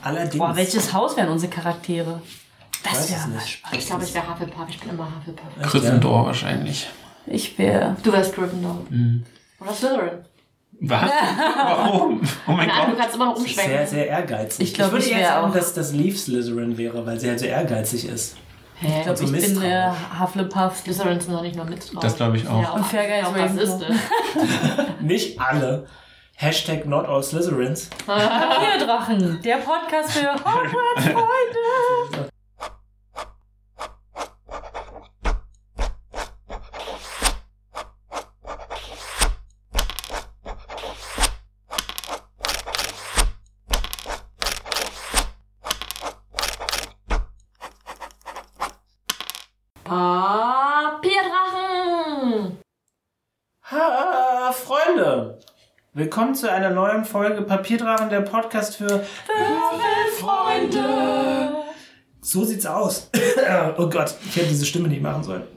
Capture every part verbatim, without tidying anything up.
Allerdings. Boah, welches Haus wären unsere Charaktere? Das wäre mal spannend. Ich glaube, ich wäre Hufflepuff. Ich bin immer Hufflepuff. Gryffindor wahrscheinlich. Ich wäre... Du wärst Gryffindor. Mhm. Oder Slytherin. Was? Warum? Oh mein Nein, Gott. du kannst immer noch umschwenken. Sehr, sehr ehrgeizig. Ich glaube, würde ich jetzt wäre sagen, auch... dass das Leaf Slytherin wäre, weil sie halt so ehrgeizig ist. Hä? Ich glaube, so ich bin misstrauisch. äh, Hufflepuff. Slytherin sind noch nicht nur mit drauf. Das glaube ich auch. Ja, Und Fairgeist ja, was ist Ravenclaw. das? Nicht alle. Hashtag not all Slytherins. Papierdrachen, der Podcast für Hogwarts-Freunde. Papierdrachen! Ha, Freunde! Willkommen zu einer neuen Folge Papierdrachen, der Podcast für Freunde. So sieht's aus. Oh Gott, ich hätte diese Stimme nicht machen sollen.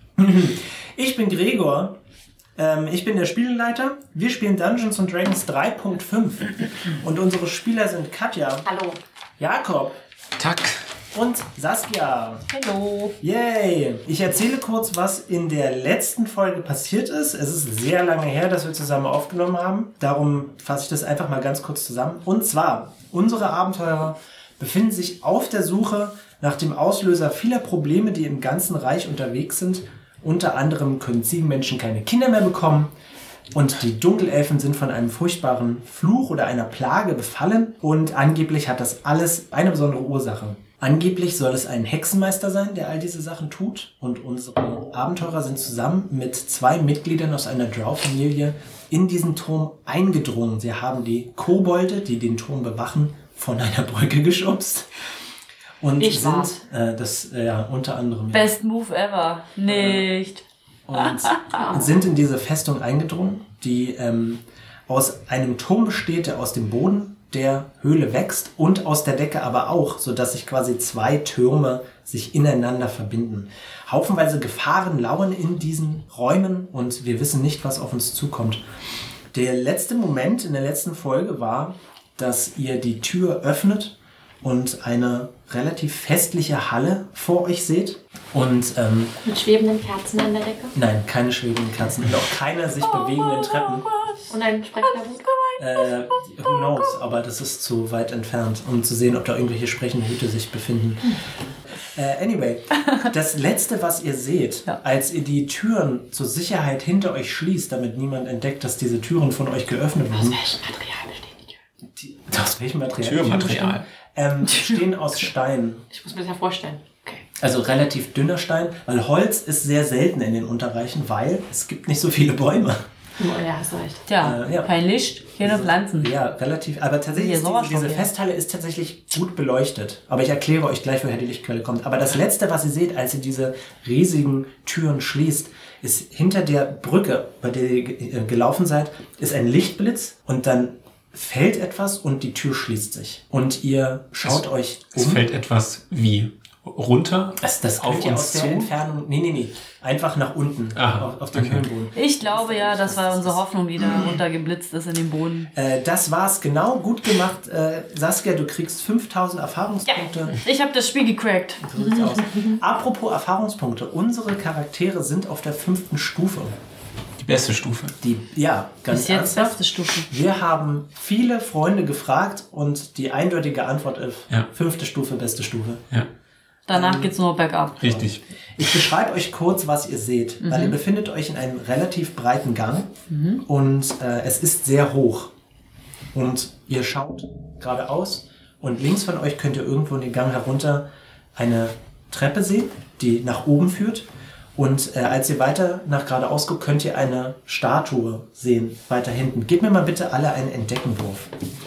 Ich bin Gregor. Ähm, ich bin der Spielleiter. Wir spielen Dungeons and Dragons drei Punkt fünf. Und unsere Spieler sind Katja, Hallo. Jakob Tack. und Saskia. Hallo. Yay! Ich erzähle kurz, was in der letzten Folge passiert ist. Es ist sehr lange her, dass wir zusammen aufgenommen haben. Darum fasse ich das einfach mal ganz kurz zusammen. Und zwar, unsere Abenteurer befinden sich auf der Suche nach dem Auslöser vieler Probleme, die im ganzen Reich unterwegs sind. Unter anderem können Ziegenmenschen keine Kinder mehr bekommen. Und die Dunkelelfen sind von einem furchtbaren Fluch oder einer Plage befallen. Und angeblich hat das alles eine besondere Ursache. Angeblich soll es ein Hexenmeister sein, der all diese Sachen tut. Und unsere Abenteurer sind zusammen mit zwei Mitgliedern aus einer Drow-Familie in diesen Turm eingedrungen. Sie haben die Kobolde, die den Turm bewachen, von einer Brücke geschubst. Und Ich sind war's. äh, das äh, ja unter anderem ja, Best Move ever. Nicht. und sind in diese Festung eingedrungen, die ähm, aus einem Turm besteht, der aus dem Boden der Höhle wächst und aus der Decke aber auch, sodass sich quasi zwei Türme sich ineinander verbinden. Haufenweise Gefahren lauern in diesen Räumen und wir wissen nicht, was auf uns zukommt. Der letzte Moment in der letzten Folge war, dass ihr die Tür öffnet und eine relativ festliche Halle vor euch seht. Und ähm, Mit schwebenden Kerzen an der Decke. nein, keine schwebenden Kerzen und auch keine sich bewegenden Treppen. Und ein sprechender Hut. Äh, who knows, aber das ist zu weit entfernt, um zu sehen, ob da irgendwelche sprechenden Hüte sich befinden. Äh, anyway, das Letzte, was ihr seht, Ja. als ihr die Türen zur Sicherheit hinter euch schließt, damit niemand entdeckt, dass diese Türen von euch geöffnet Aus wurden. welchem Material bestehen die Türen? Die, aus welchem Material? Türmaterial. Ähm, stehen aus Stein. Ich muss mir das ja vorstellen. Okay. Also relativ dünner Stein, weil Holz ist sehr selten in den Unterreichen, weil es gibt nicht so viele Bäume. Oh, ja, hast du recht. Tja, Äh, ja. kein Licht, keine Pflanzen. Ja, relativ. Aber tatsächlich Hier ist diese, Sauerstoff, diese ja. Festhalle ist tatsächlich gut beleuchtet. Aber ich erkläre euch gleich, woher die Lichtquelle kommt. Aber das Letzte, was ihr seht, als ihr diese riesigen Türen schließt, ist hinter der Brücke, bei der ihr ge- äh, gelaufen seid, ist ein Lichtblitz und dann fällt etwas und die Tür schließt sich. Und ihr schaut Es- euch Es um. fällt etwas wie runter Das, das auf könnt ihr aus uns der zu. Entfernung... Nee, nee, nee. Einfach nach unten. Aha, auf, auf den okay. Höhenboden. Ich glaube ja, das war unsere Hoffnung, die da runtergeblitzt ist in den Boden. Äh, das war's. Genau. Gut gemacht. Äh, Saskia, du kriegst fünftausend Erfahrungspunkte. Ich habe das Spiel gecrackt. So sieht's aus. Apropos Erfahrungspunkte. Unsere Charaktere sind auf der fünften Stufe. Die beste Stufe. Die, ja, ganz Bis jetzt ernsthaft. beste Stufe. Wir haben viele Freunde gefragt und die eindeutige Antwort ist Ja. fünfte Stufe, beste Stufe. Ja, Danach geht's nur bergab. richtig. Ich beschreibe euch kurz, was ihr seht, weil ihr befindet euch in einem relativ breiten Gang und äh, es ist sehr hoch. Und ihr schaut geradeaus und links von euch könnt ihr irgendwo in den Gang herunter eine Treppe sehen, die nach oben führt. Und äh, als ihr weiter nach geradeaus guckt, könnt ihr eine Statue sehen, weiter hinten. Gebt mir mal bitte alle einen Entdeckenwurf.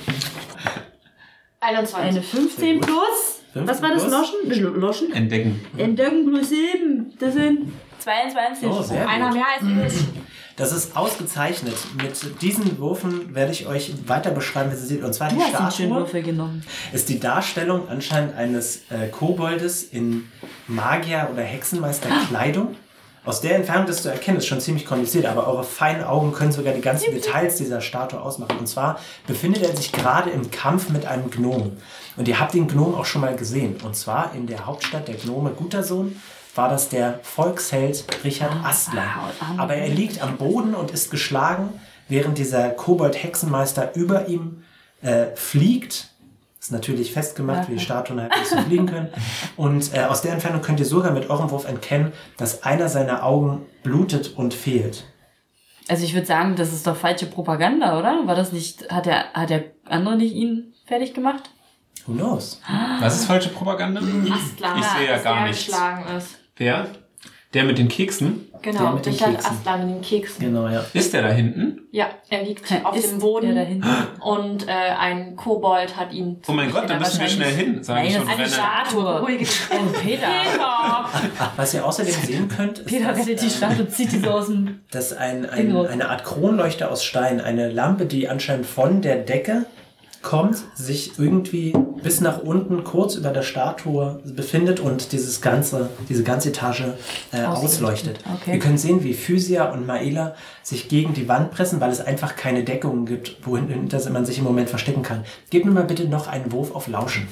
einundzwanzig. Eine fünfzehn plus. fünfzehn Was war das? plus? Loschen? Loschen? Entdecken. Entdecken plus sieben. Das sind zweiundzwanzig. Oh, sehr Einer gut. mehr als ich. Das ist ausgezeichnet. Mit diesen Würfen werde ich euch weiter beschreiben, wie sie sieht. Und zwar die Du hast den schönen Statue Würfel genommen. ist die Darstellung anscheinend eines äh, Koboldes in Magier- oder Hexenmeisterkleidung. Aus der Entfernung das zu erkennen, ist schon ziemlich kompliziert, aber eure feinen Augen können sogar die ganzen Details dieser Statue ausmachen. Und zwar befindet er sich gerade im Kampf mit einem Gnom. Und ihr habt den Gnom auch schon mal gesehen. Und zwar in der Hauptstadt der Gnome Gutersohn war das der Volksheld Richard Astler. Aber er liegt am Boden und ist geschlagen, während dieser Kobold-Hexenmeister über ihm äh, fliegt. Ist natürlich festgemacht, wie die Statuen halt nicht so fliegen können. Und äh, aus der Entfernung könnt ihr sogar mit eurem Wurf erkennen, dass einer seiner Augen blutet und fehlt. Also ich würde sagen, das ist doch falsche Propaganda, oder? War das nicht, hat der, hat der andere nicht ihn fertig gemacht? Who knows? Was ist falsche Propaganda? Astlan, Ich sehe ja dass gar der nichts. geschlagen ist. Wer? Der mit den Keksen? Der Genau, mit den Richard Keksen. Astlan mit den Keksen. Genau, ja. Ist der da hinten? Ja, er liegt auf Ist dem der Boden dahinter? und äh, ein Kobold hat ihn... Oh mein Gott, da müssen wir schnell hin, sage Nein, ich das schon. ist eine Renne. Statue. Beruhige dich. Oh, Peter. Peter! Was ihr außerdem sehen könnt, ist, Peter dass, rettet die ähm, Statue, zieht die so aus dem... dass ein, Ding ein, raus. eine Art Kronleuchter aus Stein, eine Lampe, die anscheinend von der Decke kommt, sich irgendwie bis nach unten kurz über der Statue befindet und dieses ganze, diese ganze Etage äh, ausleuchtet. Okay. Wir können sehen, wie Physia und Maela sich gegen die Wand pressen, weil es einfach keine Deckungen gibt, wohinter man sich im Moment verstecken kann. Gebt mir mal bitte noch einen Wurf auf Lauschen.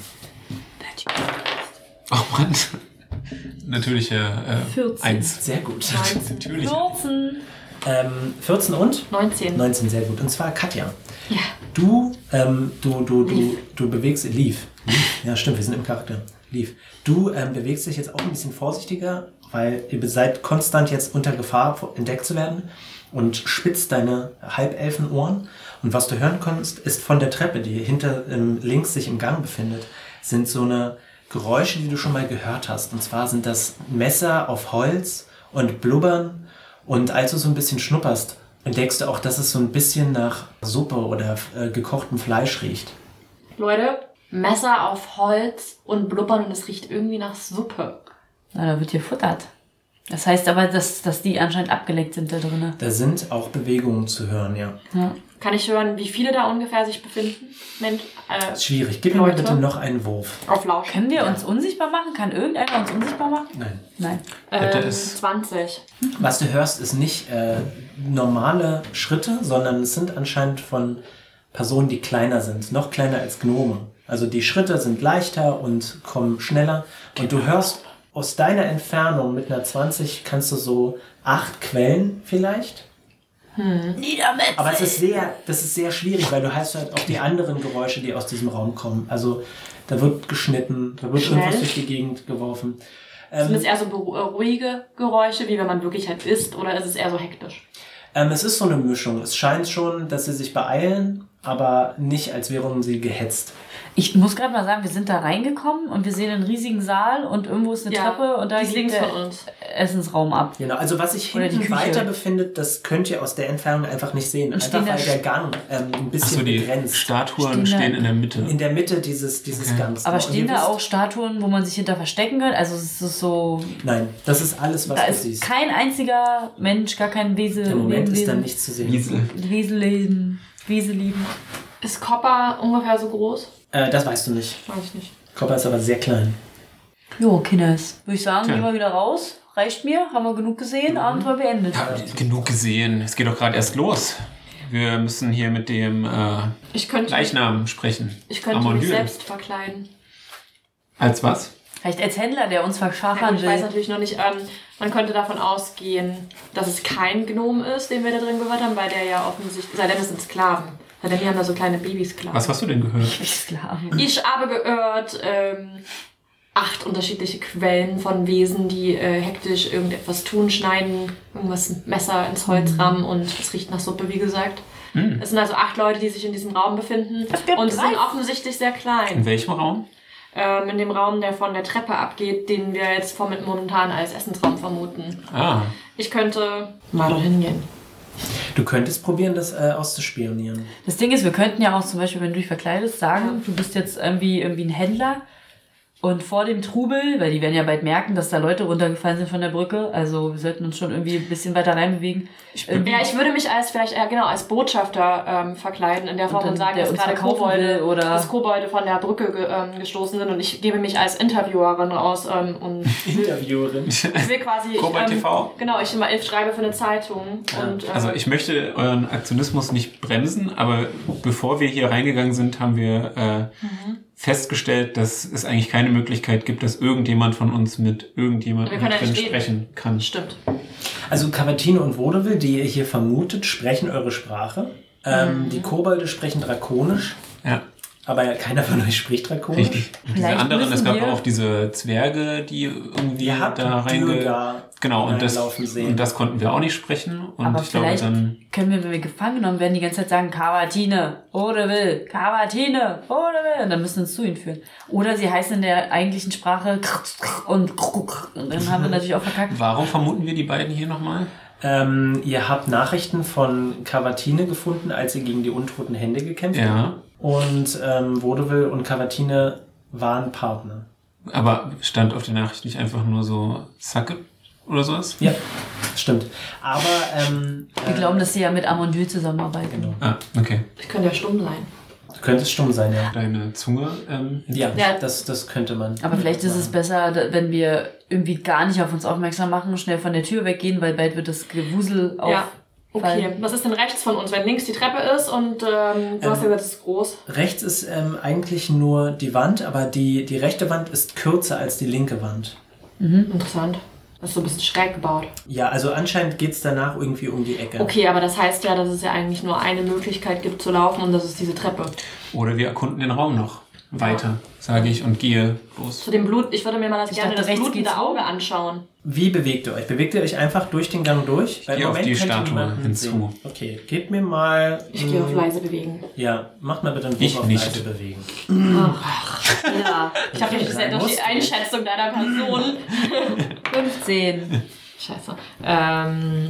Oh Mann. Natürliche äh, vierzehn. eins. Sehr gut. Natürlich. vierzehn. Ähm, vierzehn und? neunzehn. neunzehn, sehr gut. Und zwar Katja. Ja. Du, ähm, du, du, du, Leaf. du bewegst, Leaf. Leaf. Ja, stimmt, wir sind im Charakter. Leaf. Du ähm, bewegst dich jetzt auch ein bisschen vorsichtiger, weil ihr seid konstant jetzt unter Gefahr, entdeckt zu werden und spitzt deine Halbelfenohren. Und was du hören kannst, ist von der Treppe, die hinter ähm, links sich im Gang befindet, sind so eine Geräusche, die du schon mal gehört hast. Und zwar sind das Messer auf Holz und Blubbern. Und als du so ein bisschen schnupperst, entdeckst du auch, dass es so ein bisschen nach Suppe oder äh, gekochtem Fleisch riecht. Leute, Messer auf Holz und blubbern und es riecht irgendwie nach Suppe. Na, da wird hier futtert. Das heißt aber, dass, dass die anscheinend abgeleckt sind da drin. Da sind auch Bewegungen zu hören, ja. Ja. Kann ich hören, wie viele da ungefähr sich befinden? Mensch, äh, Schwierig. Gib mir mal Leute? bitte noch einen Wurf. auf Lausch. Können wir uns unsichtbar machen? Kann irgendeiner uns unsichtbar machen? Nein. Nein. Hätte Ähm, es- zwanzig. Was du hörst, ist nicht äh, normale Schritte, sondern es sind anscheinend von Personen, die kleiner sind. Noch kleiner als Gnome. Also die Schritte sind leichter und kommen schneller. Und du hörst aus deiner Entfernung mit einer zwanzig kannst du so acht Quellen vielleicht. Niedermetzel! Aber es ist sehr, das ist sehr schwierig, weil du hast halt auch die anderen Geräusche, die aus diesem Raum kommen. Also da wird geschnitten, da wird Schnell. irgendwas durch die Gegend geworfen. Sind Ähm, es eher so beru- äh, ruhige Geräusche, wie wenn man wirklich halt isst, oder ist es eher so hektisch? ähm, es ist so eine Mischung. Es scheint schon, dass sie sich beeilen, aber nicht, als wären sie gehetzt. Ich muss gerade mal sagen, wir sind da reingekommen und wir sehen einen riesigen Saal und irgendwo ist eine Ja, Treppe und da die ist liegt links der von uns. Essensraum ab. Genau, also was sich Oder die hinten Küche. weiter befindet, das könnt ihr aus der Entfernung einfach nicht sehen. Und Einfach stehen da weil der Gang ähm, ein bisschen Achso, die begrenzt. Statuen Stehen da- stehen in der Mitte. In der Mitte dieses, dieses Okay. Gangs. Aber genau. Und stehen ihr da wisst- auch Statuen, wo man sich hinter verstecken kann? Also es ist so... Nein, das ist alles, was Da du ist siehst. kein einziger Mensch, gar kein Wesel. Im Moment ist da Wesen- nichts zu sehen. Wiesel. Weseleben. Weseleben. Ist Copper ungefähr so groß? Äh, das weißt du nicht. Weiß ich nicht. Kopper ist aber sehr klein. Jo, Kinders. Würde ich sagen, Tja. gehen wir wieder raus. Reicht mir. Haben wir genug gesehen. Abenteuer beendet. Ja, genug gesehen. Es geht doch gerade erst los. Wir müssen hier mit dem äh, Ich könnte, Leichnam sprechen. ich könnte mich Amondyl. selbst verkleiden. Als was? Vielleicht als Händler, der uns Ja, verschachern gut, ich weiß will. natürlich noch nicht, ähm, man könnte davon ausgehen, dass es kein Gnom ist, den wir da drin gehört haben, weil der ja offensichtlich, sei denn es sind Sklaven. Sei denn, die haben da so kleine Babysklaven. Was hast du denn gehört? Sklaven. Ich habe gehört, ähm, acht unterschiedliche Quellen von Wesen, die äh, hektisch irgendetwas tun, schneiden, irgendwas Messer ins Holz rammen und es riecht nach Suppe, wie gesagt. Hm. Es sind also acht Leute, die sich in diesem Raum befinden gibt und sie drei. sind offensichtlich sehr In klein. welchem Raum? Ähm, in dem Raum, der von der Treppe abgeht, den wir jetzt vom- momentan als Essensraum vermuten. Ah, Ich könnte mal dorthin gehen. Du könntest probieren, das äh, auszuspionieren. Das Ding ist, wir könnten ja auch zum Beispiel, wenn du dich verkleidest, sagen, du bist jetzt irgendwie, irgendwie ein Händler Und vor dem Trubel, weil die werden ja bald merken, dass da Leute runtergefallen sind von der Brücke, also wir sollten uns schon irgendwie ein bisschen weiter reinbewegen. Ich, ja, ich würde mich als vielleicht äh, genau als Botschafter ähm, verkleiden, in der Form und, und sagen, dass gerade Kobolde, oder dass Kobolde von der Brücke ge, ähm, gestoßen sind und ich gebe mich als Interviewerin aus ähm, und Interviewerin. Ich will quasi Kobold ähm, T V. Genau, ich, ich schreibe für eine Zeitung. Ja. Und, ähm, Also ich möchte euren Aktionismus nicht bremsen, aber bevor wir hier reingegangen sind, haben wir äh, mhm. festgestellt, dass es eigentlich keine Möglichkeit gibt, dass irgendjemand von uns mit irgendjemandem drin sprechen kann. Stimmt. Also Cavatine und Vaudeville, die ihr hier vermutet, sprechen eure Sprache. Ähm, mhm. Die Kobolde sprechen Drakonisch. Ja. Aber keiner von euch spricht Drakonisch. Richtig. Und diese anderen, es gab auch diese Zwerge, die irgendwie da reinge... Genau, und das, und das konnten wir auch nicht sprechen. Und aber ich glaube, dann können wir, wenn wir gefangen genommen werden, die ganze Zeit sagen, Cavatine, Vaudeville, Cavatine, Vaudeville. Und dann müssen wir uns zu ihnen führen. Oder sie heißen in der eigentlichen Sprache und, und dann haben wir natürlich auch verkackt. Warum vermuten wir die beiden hier nochmal? Ähm, ihr habt Nachrichten von Cavatine gefunden, als ihr gegen die untoten Hände gekämpft habt. Ja. Und ähm, Vaudeville und Cavatine waren Partner. Aber stand auf der Nachricht nicht einfach nur so Zacke oder sowas? Ja, stimmt. Aber ähm, wir äh, glauben, dass sie ja mit Amondyl zusammenarbeiten. Genau. Ah, okay. Ich könnte ja stumm sein. Du könntest stumm sein, ja. Deine Zunge? Ähm, ja, ja. Das, das könnte man. Aber vielleicht ist es besser, wenn wir irgendwie gar nicht auf uns aufmerksam machen, schnell von der Tür weggehen, weil bald wird das Gewusel auf... Ja. Okay, was ist denn rechts von uns, wenn links die Treppe ist und ähm, du ähm, hast ja gesagt, es ist groß? Rechts ist ähm, eigentlich nur die Wand, aber die, die rechte Wand ist kürzer als die linke Wand. Mhm. Interessant. Das ist so ein bisschen schräg gebaut. Ja, also anscheinend geht es danach irgendwie um die Ecke. Okay, aber das heißt ja, dass es ja eigentlich nur eine Möglichkeit gibt zu laufen und das ist diese Treppe. Oder wir erkunden den Raum noch weiter, ja. sage ich, und gehe los. Zu dem Blut, ich würde mir mal das ich gerne dachte, das blutende Auge anschauen. Wie bewegt ihr euch? Bewegt ihr euch einfach durch den Gang durch? Ich gehe auf die Statue hinzu. Sehen. Okay, gebt mir mal... Ich gehe auf leise bewegen. Ja, macht mal bitte einen Wurf auf leise bewegen. Ach, ja. Ich habe nicht gesehen durch die Einschätzung deiner Person. fünfzehn. Scheiße. Ähm...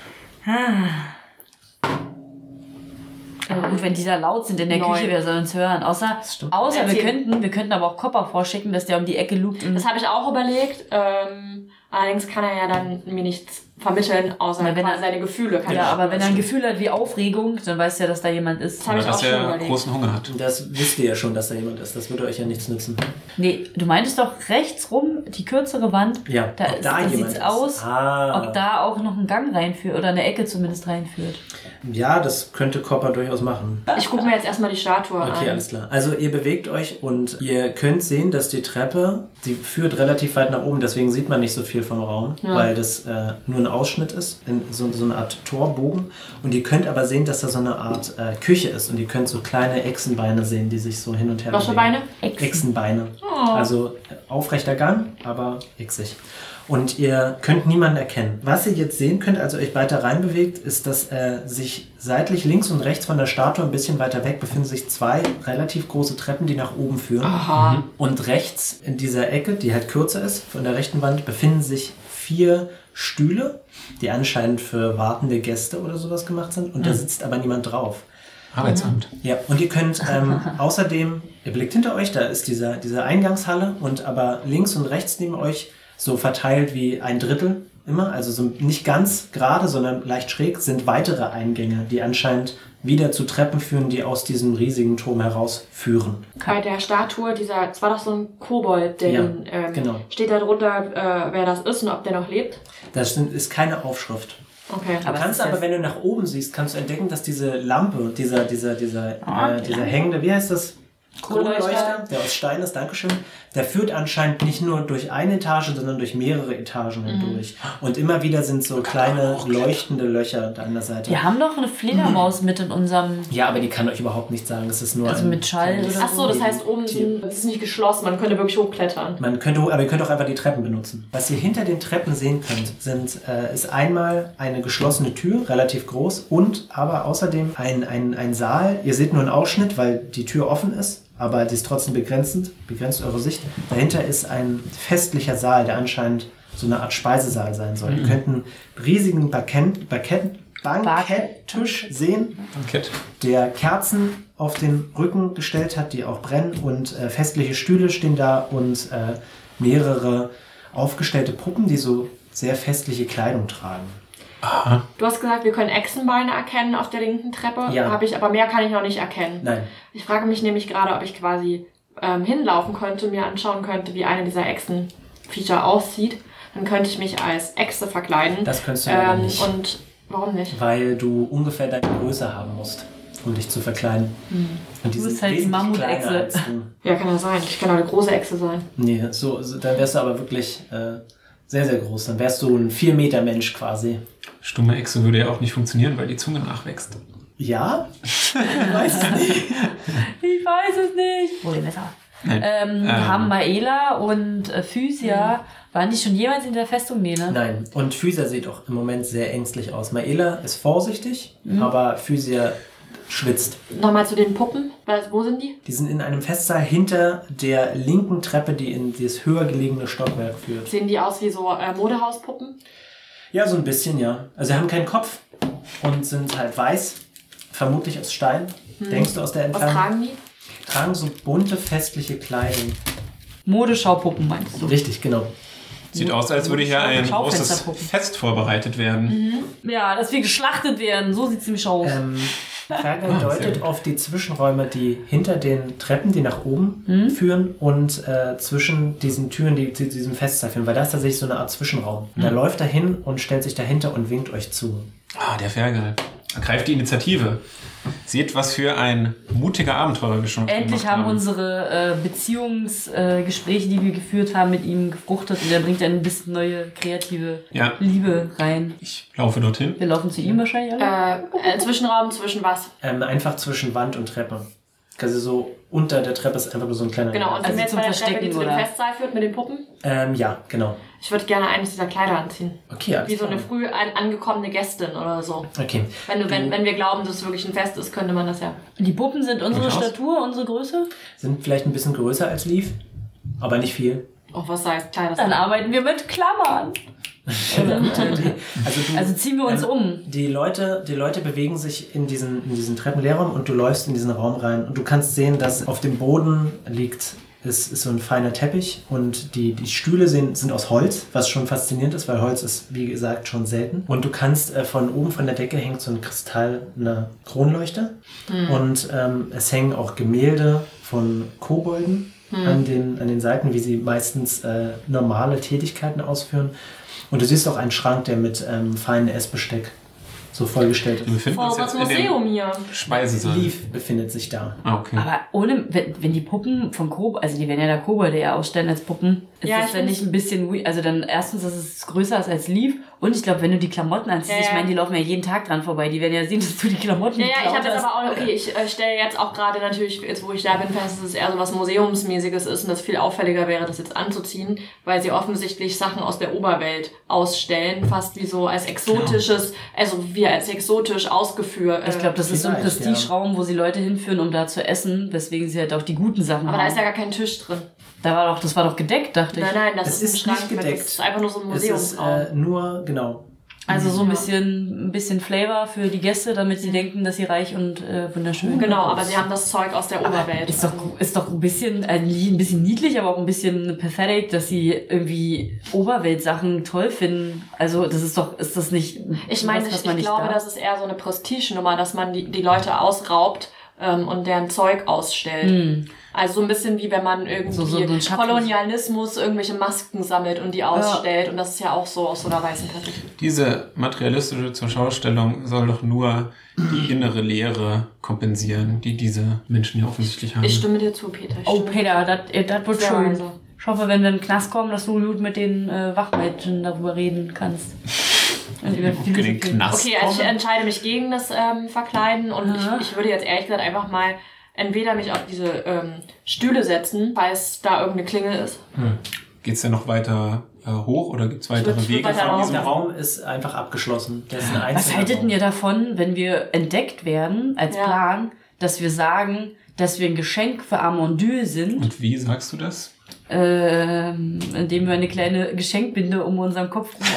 Aber gut, wenn die da laut sind in der Neun. Küche, wer soll uns hören? Außer, außer wir könnten, wir könnten aber auch Copper vorschicken, dass der um die Ecke lugt. Das habe ich auch überlegt. Ähm, allerdings kann er ja dann mir nichts vermitteln, außer wenn er seine Gefühle. Kann ja, aber wenn er ein Gefühl hat wie Aufregung, dann weiß er, dass da jemand ist. Das habe ich auch dass schon er überlegt. großen Hunger hat. Das wisst ihr ja schon, dass da jemand ist. Das würde euch ja nichts nützen. Nee, du meintest doch rechts rum, die kürzere Wand. Ja, da, ist, da, da sieht's ist. aus, ah. ob da auch noch ein Gang reinführt oder eine Ecke zumindest reinführt. Ja, das könnte Copper durchaus machen. Ich gucke mir jetzt erstmal die Statue an. Okay, alles klar. Also ihr bewegt euch und ihr könnt sehen, dass die Treppe, die führt relativ weit nach oben, deswegen sieht man nicht so viel vom Raum, ja. weil das äh, nur ein Ausschnitt ist, in so, so eine Art Torbogen. Und ihr könnt aber sehen, dass da so eine Art äh, Küche ist und ihr könnt so kleine Echsenbeine sehen, die sich so hin und her Was bewegen. für Beine? Echsen. Echsenbeine. Oh. Also äh, aufrechter Gang, aber echsig. Und ihr könnt niemanden erkennen. Was ihr jetzt sehen könnt, als ihr euch weiter reinbewegt, ist, dass äh, sich seitlich links und rechts von der Statue ein bisschen weiter weg befinden sich zwei relativ große Treppen, die nach oben führen. Aha. Und rechts in dieser Ecke, die halt kürzer ist, von der rechten Wand, befinden sich vier Stühle, die anscheinend für wartende Gäste oder sowas gemacht sind. Und mhm. da sitzt aber niemand drauf. Arbeitsamt. Ja, und ihr könnt ähm, außerdem, ihr blickt hinter euch, da ist diese, diese Eingangshalle und aber links und rechts neben euch so verteilt wie ein Drittel immer, also so nicht ganz gerade, sondern leicht schräg, sind weitere Eingänge, die anscheinend wieder zu Treppen führen, die aus diesem riesigen Turm herausführen. Bei der Statue, dieser, das war doch so ein Kobold, der ja, ihn, ähm, genau. steht da drunter, äh, wer das ist und ob der noch lebt? Das ist keine Aufschrift. Okay. Du aber kannst aber, wenn du nach oben siehst, kannst du entdecken, dass diese Lampe, dieser, dieser, dieser, oh, äh, dieser hängende, wie heißt das? Kronleuchter, der aus Stein ist, Dankeschön, der führt anscheinend nicht nur durch eine Etage, sondern durch mehrere Etagen hindurch. Mhm. Und immer wieder sind so kleine leuchtende Löcher da an der Seite. Wir haben doch eine Fledermaus mhm. mit in unserem... Ja, aber die kann euch überhaupt nicht sagen. Es ist nur also ein, mit Schall oder so. Ach so, das heißt, oben sind, das ist nicht geschlossen, man könnte wirklich hochklettern. Man könnte, aber ihr könnt auch einfach die Treppen benutzen. Was ihr hinter den Treppen sehen könnt, sind, äh, ist einmal eine geschlossene Tür, relativ groß, und aber außerdem ein, ein, ein Saal. Ihr seht nur einen Ausschnitt, weil die Tür offen ist. Aber die ist trotzdem begrenzend, begrenzt eure Sicht. Dahinter ist ein festlicher Saal, der anscheinend so eine Art Speisesaal sein soll. Mhm. Ihr könnt einen riesigen Bankett, Bankett, Banketttisch sehen, Bankett. der Kerzen auf den Rücken gestellt hat, die auch brennen und äh, festliche Stühle stehen da und äh, mehrere aufgestellte Puppen, die so sehr festliche Kleidung tragen. Aha. Du hast gesagt, wir können Echsenbeine erkennen auf der linken Treppe. Ja. Hab ich, aber mehr kann ich noch nicht erkennen. Nein. Ich frage mich nämlich gerade, ob ich quasi ähm, hinlaufen könnte, mir anschauen könnte, wie eine dieser Echsenviecher aussieht. Dann könnte ich mich als Echse verkleiden. Das könntest du aber ähm, nicht. Und warum nicht? Weil du ungefähr deine Größe haben musst, um dich zu verkleiden. Hm. Und die Du sind bist halt die wesentlich Mammutechse. kleiner als du. Ja, kann ja sein. Ich kann auch eine große Echse sein. Nee, so, so, dann wärst du aber wirklich äh, sehr, sehr groß. Dann wärst du ein vier Meter Mensch quasi. Stumme Echse würde ja auch nicht funktionieren, weil die Zunge nachwächst. Ja? Ich weiß es nicht. Ich weiß es nicht. Wo die Messer? Nein. Ähm, Ähm. haben Maela und äh, Physia, waren die schon jemals in der Festung? Nee, ne? Nein, und Physia sieht auch im Moment sehr ängstlich aus. Maela ist vorsichtig, Mhm. aber Physia schwitzt. Nochmal zu den Puppen. Wo sind die? Die sind in einem Festsaal hinter der linken Treppe, die in das höher gelegene Stockwerk führt. Sehen die aus wie so äh, Modehauspuppen? Ja, so ein bisschen, ja. Also sie haben keinen Kopf und sind halt weiß, vermutlich aus Stein. Denkst du aus der Was Entfernung? tragen die? Tragen so bunte, festliche Kleidung. Modeschaupuppen meinst du? Richtig, genau. Sieht aus, als würde hier ein großes Schaufensterpuppen. Fest vorbereitet werden. Ja, dass wir geschlachtet werden. So sieht es nämlich aus. Ähm, Fergal Ah, sehr deutet gut. auf die Zwischenräume, die hinter den Treppen, die nach oben Hm? führen und äh, zwischen diesen Türen, die zu diesem Festsaal führen, weil da ist tatsächlich so eine Art Zwischenraum. Und Hm. er läuft da hin und stellt sich dahinter und winkt euch zu. Ah, der Fergal. Ergreift die Initiative. Seht, was für ein mutiger Abenteurer wir schon Endlich gemacht haben unsere äh, Beziehungsgespräche, äh, Gespräche, die wir geführt haben, mit ihm gefruchtet und er bringt ein bisschen neue, kreative Ja. Liebe rein. Ich laufe dorthin. Wir laufen zu ihm wahrscheinlich alle. Äh, äh, Zwischenraum zwischen was? Ähm, einfach zwischen Wand und Treppe. Also so unter der Treppe ist einfach nur so ein kleiner... Genau, und Also sind wir jetzt zum bei der Treppe, die Verstecken, zu dem oder? Festsaal führt mit den Puppen? Ähm, ja, genau. Ich würde gerne eines dieser Kleider anziehen. Okay, alles Wie so eine klar. früh an, angekommene Gästin oder so. Okay. Wenn, du, wenn, wenn wir glauben, dass es wirklich ein Fest ist, könnte man das ja. Die Puppen sind unsere Durchaus. Statur, unsere Größe. Sind vielleicht ein bisschen größer als Leaf, aber nicht viel. Auch was heißt Kleider? Dann arbeiten wir mit Klammern. Also, du, Also ziehen wir uns ähm, um. Die Leute, die Leute bewegen sich in diesen, in diesen Treppenleerraum und du läufst in diesen Raum rein und du kannst sehen, dass auf dem Boden liegt, ist, ist so ein feiner Teppich und die, die Stühle sind, sind aus Holz, was schon faszinierend ist, weil Holz ist, wie gesagt, schon selten. Und du kannst äh, von oben von der Decke hängt so ein Kristall, eine Kronleuchter und ähm, es hängen auch Gemälde von Kobolden an, den, an den Seiten, wie sie meistens äh, normale Tätigkeiten ausführen. Und du siehst auch einen Schrank, der mit ähm, feinem Essbesteck so vollgestellt Wir ist. befinden Voll uns das jetzt in dem Museum hier. Speisesaal. Leaf befindet sich da. Ah, okay. Aber ohne, wenn, wenn die Puppen von Kobold, also die werden ja da Kobolde ja ausstellen als Puppen, ist Ja, das ich dann find's- nicht ein bisschen weird? Also dann erstens, dass es größer ist als Leaf und ich glaube, wenn du die Klamotten anziehst, Ja, ich ja. meine, die laufen ja jeden Tag dran vorbei, die werden ja sehen, dass du die Klamotten Ja, ja, ich geklaut habe jetzt hast. aber auch, okay, ich äh, stelle jetzt auch gerade natürlich, jetzt wo ich da bin, fest, dass es eher so was Museumsmäßiges ist und das viel auffälliger wäre, das jetzt anzuziehen, weil sie offensichtlich Sachen aus der Oberwelt ausstellen, fast wie so als exotisches, also wie als exotisch ausgeführt. Ich glaube, das ist so ein Vielleicht, Prestigeraum, wo sie Leute hinführen, um da zu essen, weswegen sie halt auch die guten Sachen aber haben. da ist ja gar kein Tisch drin. da war doch, das war doch gedeckt, dachte ich. Nein, nein, das Es ist ein ist Schrank. nicht mit- gedeckt. Das ist einfach nur so ein Es ist Museumsraum. äh, nur, genau. Also so ein Ja. bisschen, ein bisschen Flavor für die Gäste, damit sie denken, dass sie reich und äh, wunderschön sind. Genau, aber sie haben das Zeug aus der Oberwelt. Ist doch, ist doch ein bisschen, äh, ein bisschen niedlich, aber auch ein bisschen pathetic, dass sie irgendwie Oberweltsachen toll finden. Also das ist doch, ist das nicht Ich meine, was, ich, was man ich nicht glaube, darf? das ist eher so eine Prestigenummer, dass man die, die Leute ausraubt ähm, und deren Zeug ausstellt. Hm. Also so ein bisschen wie wenn man irgendwie So- so ein Schatz- Kolonialismus irgendwelche Masken sammelt und die ausstellt. Und das ist ja auch so aus so einer weißen Perspektive. Diese materialistische Zurschaustellung soll doch nur die innere Leere kompensieren, die diese Menschen ja offensichtlich haben. Ich stimme dir zu, Peter. Ich Oh, stimme Peter, das das wird Sehr schön. weise. Ich hoffe, wenn wir in den Knast kommen, dass du gut mit den äh, Wachmädchen darüber reden kannst. Und über In den Philosophie. Knast. Okay, also ich entscheide mich gegen das ähm, Verkleiden und Aha. ich, ich würde jetzt ehrlich gesagt einfach mal entweder mich auf diese ähm, Stühle setzen, falls da irgendeine Klingel ist. Geht's denn noch weiter äh, hoch oder gibt's weitere würd- ich würd Wege? weiter von rauf. diesem Der Raum? Raum ist einfach abgeschlossen. Das ist ein Was einzelner haltet Raum. ihr davon, wenn wir entdeckt werden als Ja. Plan, dass wir sagen, dass wir ein Geschenk für Amondyl sind, Und wie sagst du das? ähm, indem wir eine kleine Geschenkbinde um unseren Kopf rum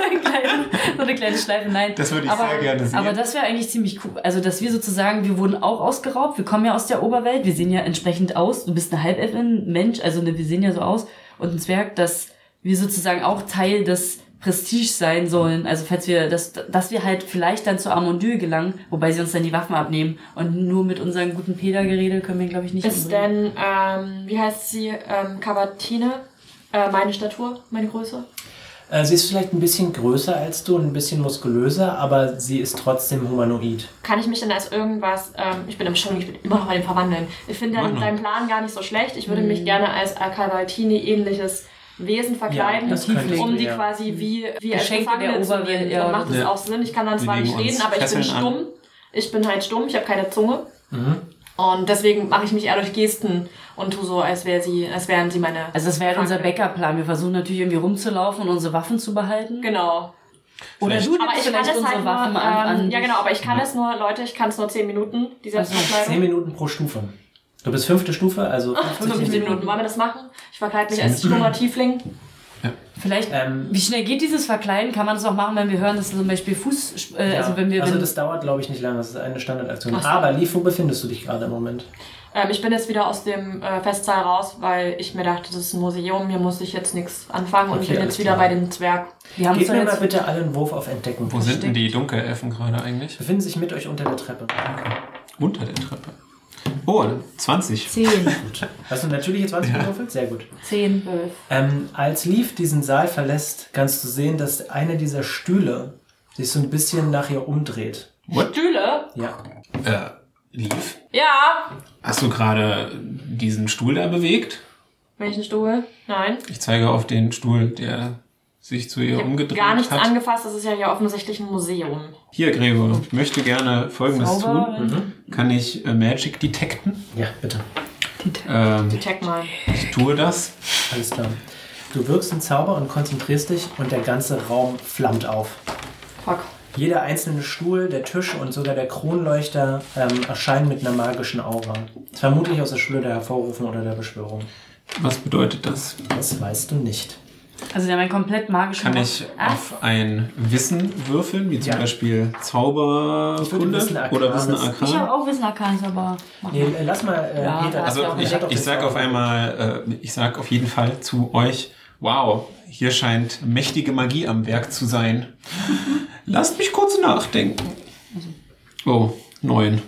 eine kleine, so eine kleine Schleife. Nein. Das würde ich aber, sehr gerne sehen. Aber das wäre eigentlich ziemlich cool. Also, dass wir sozusagen, wir wurden auch ausgeraubt. Wir kommen ja aus der Oberwelt. Wir sehen ja entsprechend aus. Du bist eine Halbelfin, Mensch. Also, ne, wir sehen ja so aus. Und ein Zwerg, dass wir sozusagen auch Teil des Prestige sein sollen. Also, falls wir, dass, dass wir halt vielleicht dann zu Armondyl gelangen, wobei sie uns dann die Waffen abnehmen. Und nur mit unserem guten Peda-Gerede können wir, glaube ich, nicht Ist umbringen. denn, ähm, wie heißt sie, ähm, Cavatine, äh, meine Statur, meine Größe? Äh, sie ist vielleicht ein bisschen größer als du und ein bisschen muskulöser, aber sie ist trotzdem humanoid. Kann ich mich denn als irgendwas, ähm, ich bin im Schon, ich bin immer noch bei dem Verwandeln. Ich finde deinen, deinen Plan gar nicht so schlecht. Ich würde Mhm. mich gerne als Cavatine-ähnliches Wesen verkleiden, Ja, das könnte um ich, die ja. quasi wie, wie als Geschenke Gefangene der zu Oberwelt, nehmen. ja. Dann macht es Ja. auch Sinn. Ich kann dann Wir zwar nicht legen uns reden, aber ich bin Fesseln an. stumm. Ich bin halt stumm, ich habe keine Zunge. Mhm. Und deswegen mache ich mich eher durch Gesten und tu so, als wäre sie, als wären sie meine. Also das wäre halt unser Gefangene. Backup-Plan. Wir versuchen natürlich irgendwie rumzulaufen und unsere Waffen zu behalten. Genau. Oder Vielleicht- du Aber nimmst ich kann vielleicht es unsere halt Waffen nur, an, an ähm, ja dich. genau, aber ich kann es nur, Leute, ich kann es nur zehn Minuten, die Also, Selbstverkleidung. Zehn Minuten pro Stufe. Du bist fünfte Stufe, also fünfzig fünfzehn Minuten. Wollen wir das machen? Ich verkleide mich als stummer Tiefling. Vielleicht, Ähm, wie schnell geht dieses Verkleiden? Kann man das auch machen, wenn wir hören, dass zum Beispiel Fuß... Äh, Ja, also wenn wir... also wenn, das dauert, glaube ich, nicht lange. Das ist eine Standardaktion. Ach so. Aber Lief, wo befindest du dich gerade im Moment? Ähm, ich bin jetzt wieder aus dem äh, Festsaal raus, weil ich mir dachte, das ist ein Museum, hier muss ich jetzt nichts anfangen und Okay, ich bin alles jetzt wieder klar. bei dem Zwerg. wir haben Gebt uns mir doch mal jetzt... bitte alle einen Wurf auf Entdecken. Wo sind denn die Dunkelelfen gerade eigentlich? Befinden sich mit euch unter der Treppe. Unter der Treppe. Oh, zwanzig. Zehn. Gut. Hast du natürliche zwanzig gewürfelt? Sehr gut. Zehn, zwölf. Ähm, als Lief diesen Saal verlässt, kannst du sehen, dass einer dieser Stühle sich so ein bisschen nach ihr umdreht. What? Stühle? Ja. Äh, Lief? Ja. Hast du gerade diesen Stuhl da bewegt? Welchen Stuhl? Nein. Ich zeige auf den Stuhl, der sich zu ihr Ich habe umgedreht gar nichts hat. angefasst, das ist ja hier offensichtlich ein Museum. Hier, Gregor, ich möchte gerne Folgendes Zauber. tun. Kann ich äh, Magic detecten? Ja, bitte. Ähm, Check mal. ich tue das. Alles klar. Du wirkst einen Zauber und konzentrierst dich und der ganze Raum flammt auf. Fuck. Jeder einzelne Stuhl, der Tisch und sogar der Kronleuchter ähm, erscheinen mit einer magischen Aura. Vermutlich aus der Schule der Hervorrufen oder der Beschwörung. Was bedeutet das? Das weißt du nicht. Also der mein komplett magischen... Kann ich Ah, auf ein Wissen würfeln, wie zum Ja. Beispiel Ich Zauberkunde würde Wissen oder Wissen Arcanis. ich habe Arcan? auch Wissen Arcanis, aber... mach Nee, mal. äh, lass mal äh, Ja, Peter. Also Ja, ich, hat doch ich das sage auf Zauber. einmal, äh, ich sage auf jeden Fall zu euch, wow, hier scheint mächtige Magie am Werk zu sein. Lasst mich kurz nachdenken. Oh, neun.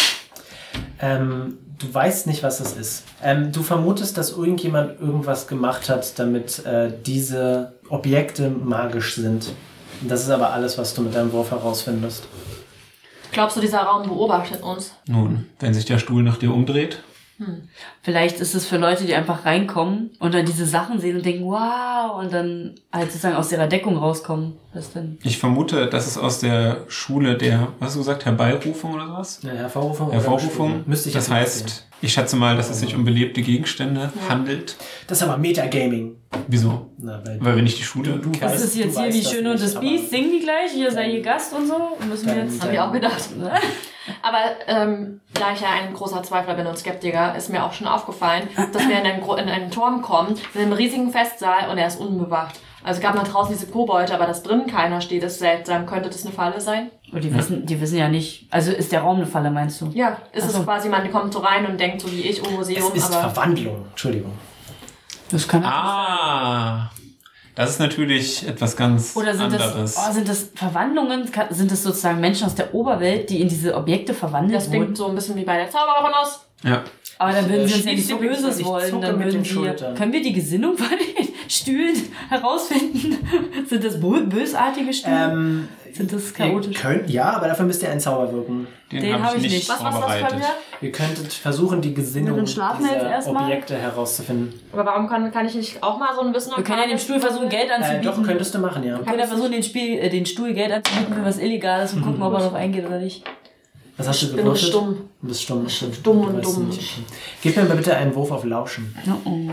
Ähm, du weißt nicht, was das ist. Ähm, du vermutest, dass irgendjemand irgendwas gemacht hat, damit äh, diese Objekte magisch sind. Das ist aber alles, was du mit deinem Wurf herausfindest. Glaubst du, dieser Raum beobachtet uns? Nun, wenn sich der Stuhl nach dir umdreht, Vielleicht ist es für Leute, die einfach reinkommen und dann diese Sachen sehen und denken, wow, und dann halt sozusagen aus ihrer Deckung rauskommen. Was denn? ich vermute, dass es aus der Schule der, was hast du gesagt, Herbeirufung oder was? Eine Hervorrufung. oder Hervorrufung. Beschwörung. Müsste ich Das jetzt heißt, nachsehen. ich schätze mal, dass es sich um belebte Gegenstände handelt. Das ist aber Metagaming. Wieso? Na, weil Weil wir nicht die Schule Du- du kennen. Was weißt- ist jetzt du hier weißt wie das Schön und nicht, das aber- Biest? Singen die gleich? Hier sei ihr Gast und so? Müssen wir Dein- jetzt... Haben wir auch gedacht. Aber ähm, da ich ja ein großer Zweifler bin und Skeptiker, ist mir auch schon aufgefallen, dass wir in einen, Gro- in einen Turm kommen, in einem riesigen Festsaal und er ist unbewacht. Also gab mal draußen diese Kobolde, aber dass drinnen keiner steht, ist seltsam. Könnte das eine Falle sein? Und die wissen, die wissen ja nicht... Also ist der Raum eine Falle, meinst du? Ja, ist Ach es so. quasi, man kommt so rein und denkt so wie ich, oh Museum, es ist aber... Verwandlung. Entschuldigung. Das kann Ah, das ist natürlich etwas ganz Oder sind das, anderes. oh, sind das Verwandlungen? Ka- Sind das sozusagen Menschen aus der Oberwelt, die in diese Objekte verwandelt Das klingt wurden? so ein bisschen wie bei der Zauberin aus. Ja. Aber dann würden Äh, sie uns ja nicht schließt so übrigens Böses an, ich wollen. zucke Dann mit würden den wir, Schultern. können wir die Gesinnung von den Stühlen herausfinden? Sind das bö- bösartige Stühle? Ähm, Sind das ihr chaotisch? könnt, ja, aber dafür müsst ihr einen Zauber wirken. Den, Den habe hab ich ich nicht nicht. Was, was, was vorbereitet. können wir? Ihr könntet versuchen, die Gesinnung Dann schlafen wir jetzt dieser erstmal. Objekte herauszufinden. Aber warum kann, kann ich nicht auch mal so ein Wissen Wir können ja dem Stuhl versuchen, Geld Äh, anzubieten. doch, könntest du machen, ja. wir können ja versuchen, den, Spiel, äh, den Stuhl Geld anzubieten für was Illegales und gucken, ob er darauf eingeht oder nicht. Was hast du Ich bin gewürfelt? stumm. Du bist stumm. Ich bin stimmt. stumm Du und weißt dumm. nicht, okay. Gib mir mal bitte einen Wurf auf Lauschen. Oh, oh.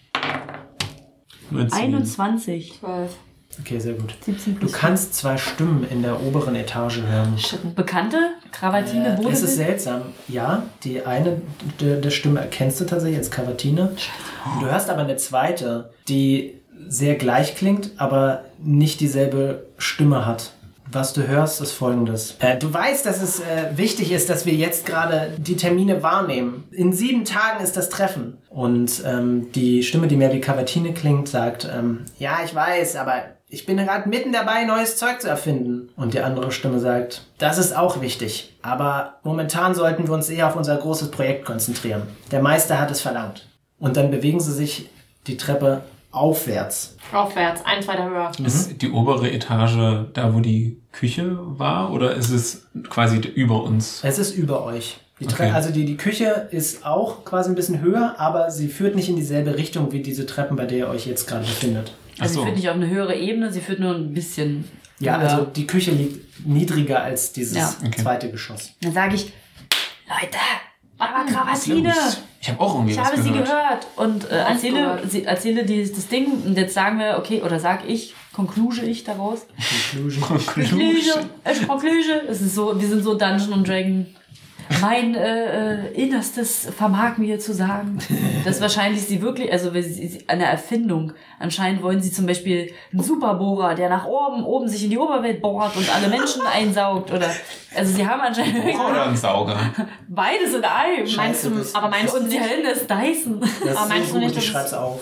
neunzehn. einundzwanzig. zwölf. Okay, sehr gut. siebzehn Du plus. kannst zwei Stimmen in der oberen Etage hören. Shit. Bekannte? Kravatine, Äh, Bode? es ist seltsam. Ja, die eine der, der Stimme erkennst du tatsächlich als Cavatine. Du hörst aber eine zweite, die sehr gleich klingt, aber nicht dieselbe Stimme hat. Was du hörst, ist Folgendes. Äh, du weißt, dass es äh, wichtig ist, dass wir jetzt gerade die Termine wahrnehmen. In sieben Tagen ist das Treffen. Und ähm, die Stimme, die mehr wie Cavatine klingt, sagt, ähm, ja, ich weiß, aber ich bin gerade mitten dabei, neues Zeug zu erfinden. Und die andere Stimme sagt, das ist auch wichtig. Aber momentan sollten wir uns eher auf unser großes Projekt konzentrieren. Der Meister hat es verlangt. Und dann bewegen sie sich die Treppe aufwärts. Aufwärts, eins weiter höher. Ist die obere Etage da, wo die Küche war, oder ist es quasi über uns? Es ist über euch. Die Tre- Okay. Also die, die Küche ist auch quasi ein bisschen höher, aber sie führt nicht in dieselbe Richtung wie diese Treppen, bei der ihr euch jetzt gerade befindet. Also Ach sie so. führt nicht auf eine höhere Ebene, sie führt nur ein bisschen. Ja, höher. also die Küche liegt niedriger als dieses Ja. Okay. zweite Geschoss. Dann sage ich, Leute, aber Krawattine, Ich habe auch irgendwie ich was habe sie gehört. gehört. Und äh, Auch erzähle, gehört. sie, erzähle die, das Ding und jetzt sagen wir, okay, oder sag ich, konkluge ich daraus. Conclusion. Konkluge, ich konkluge. Es ist so, wir sind so Dungeon und Dragon. Mein äh, äh, Innerstes vermag mir zu sagen, dass wahrscheinlich sie wirklich, also wenn sie, sie, eine Erfindung, anscheinend wollen sie zum Beispiel einen Superbohrer, der nach oben, oben sich in die Oberwelt bohrt und alle Menschen einsaugt, oder, also sie haben anscheinend Oder ein Sauger. beides in einem. Meinst du, das- aber meinst du Und sie nicht, halten das Dyson. Das Aber ist meinst so du nicht, gut, dass ich es- schreib's auf.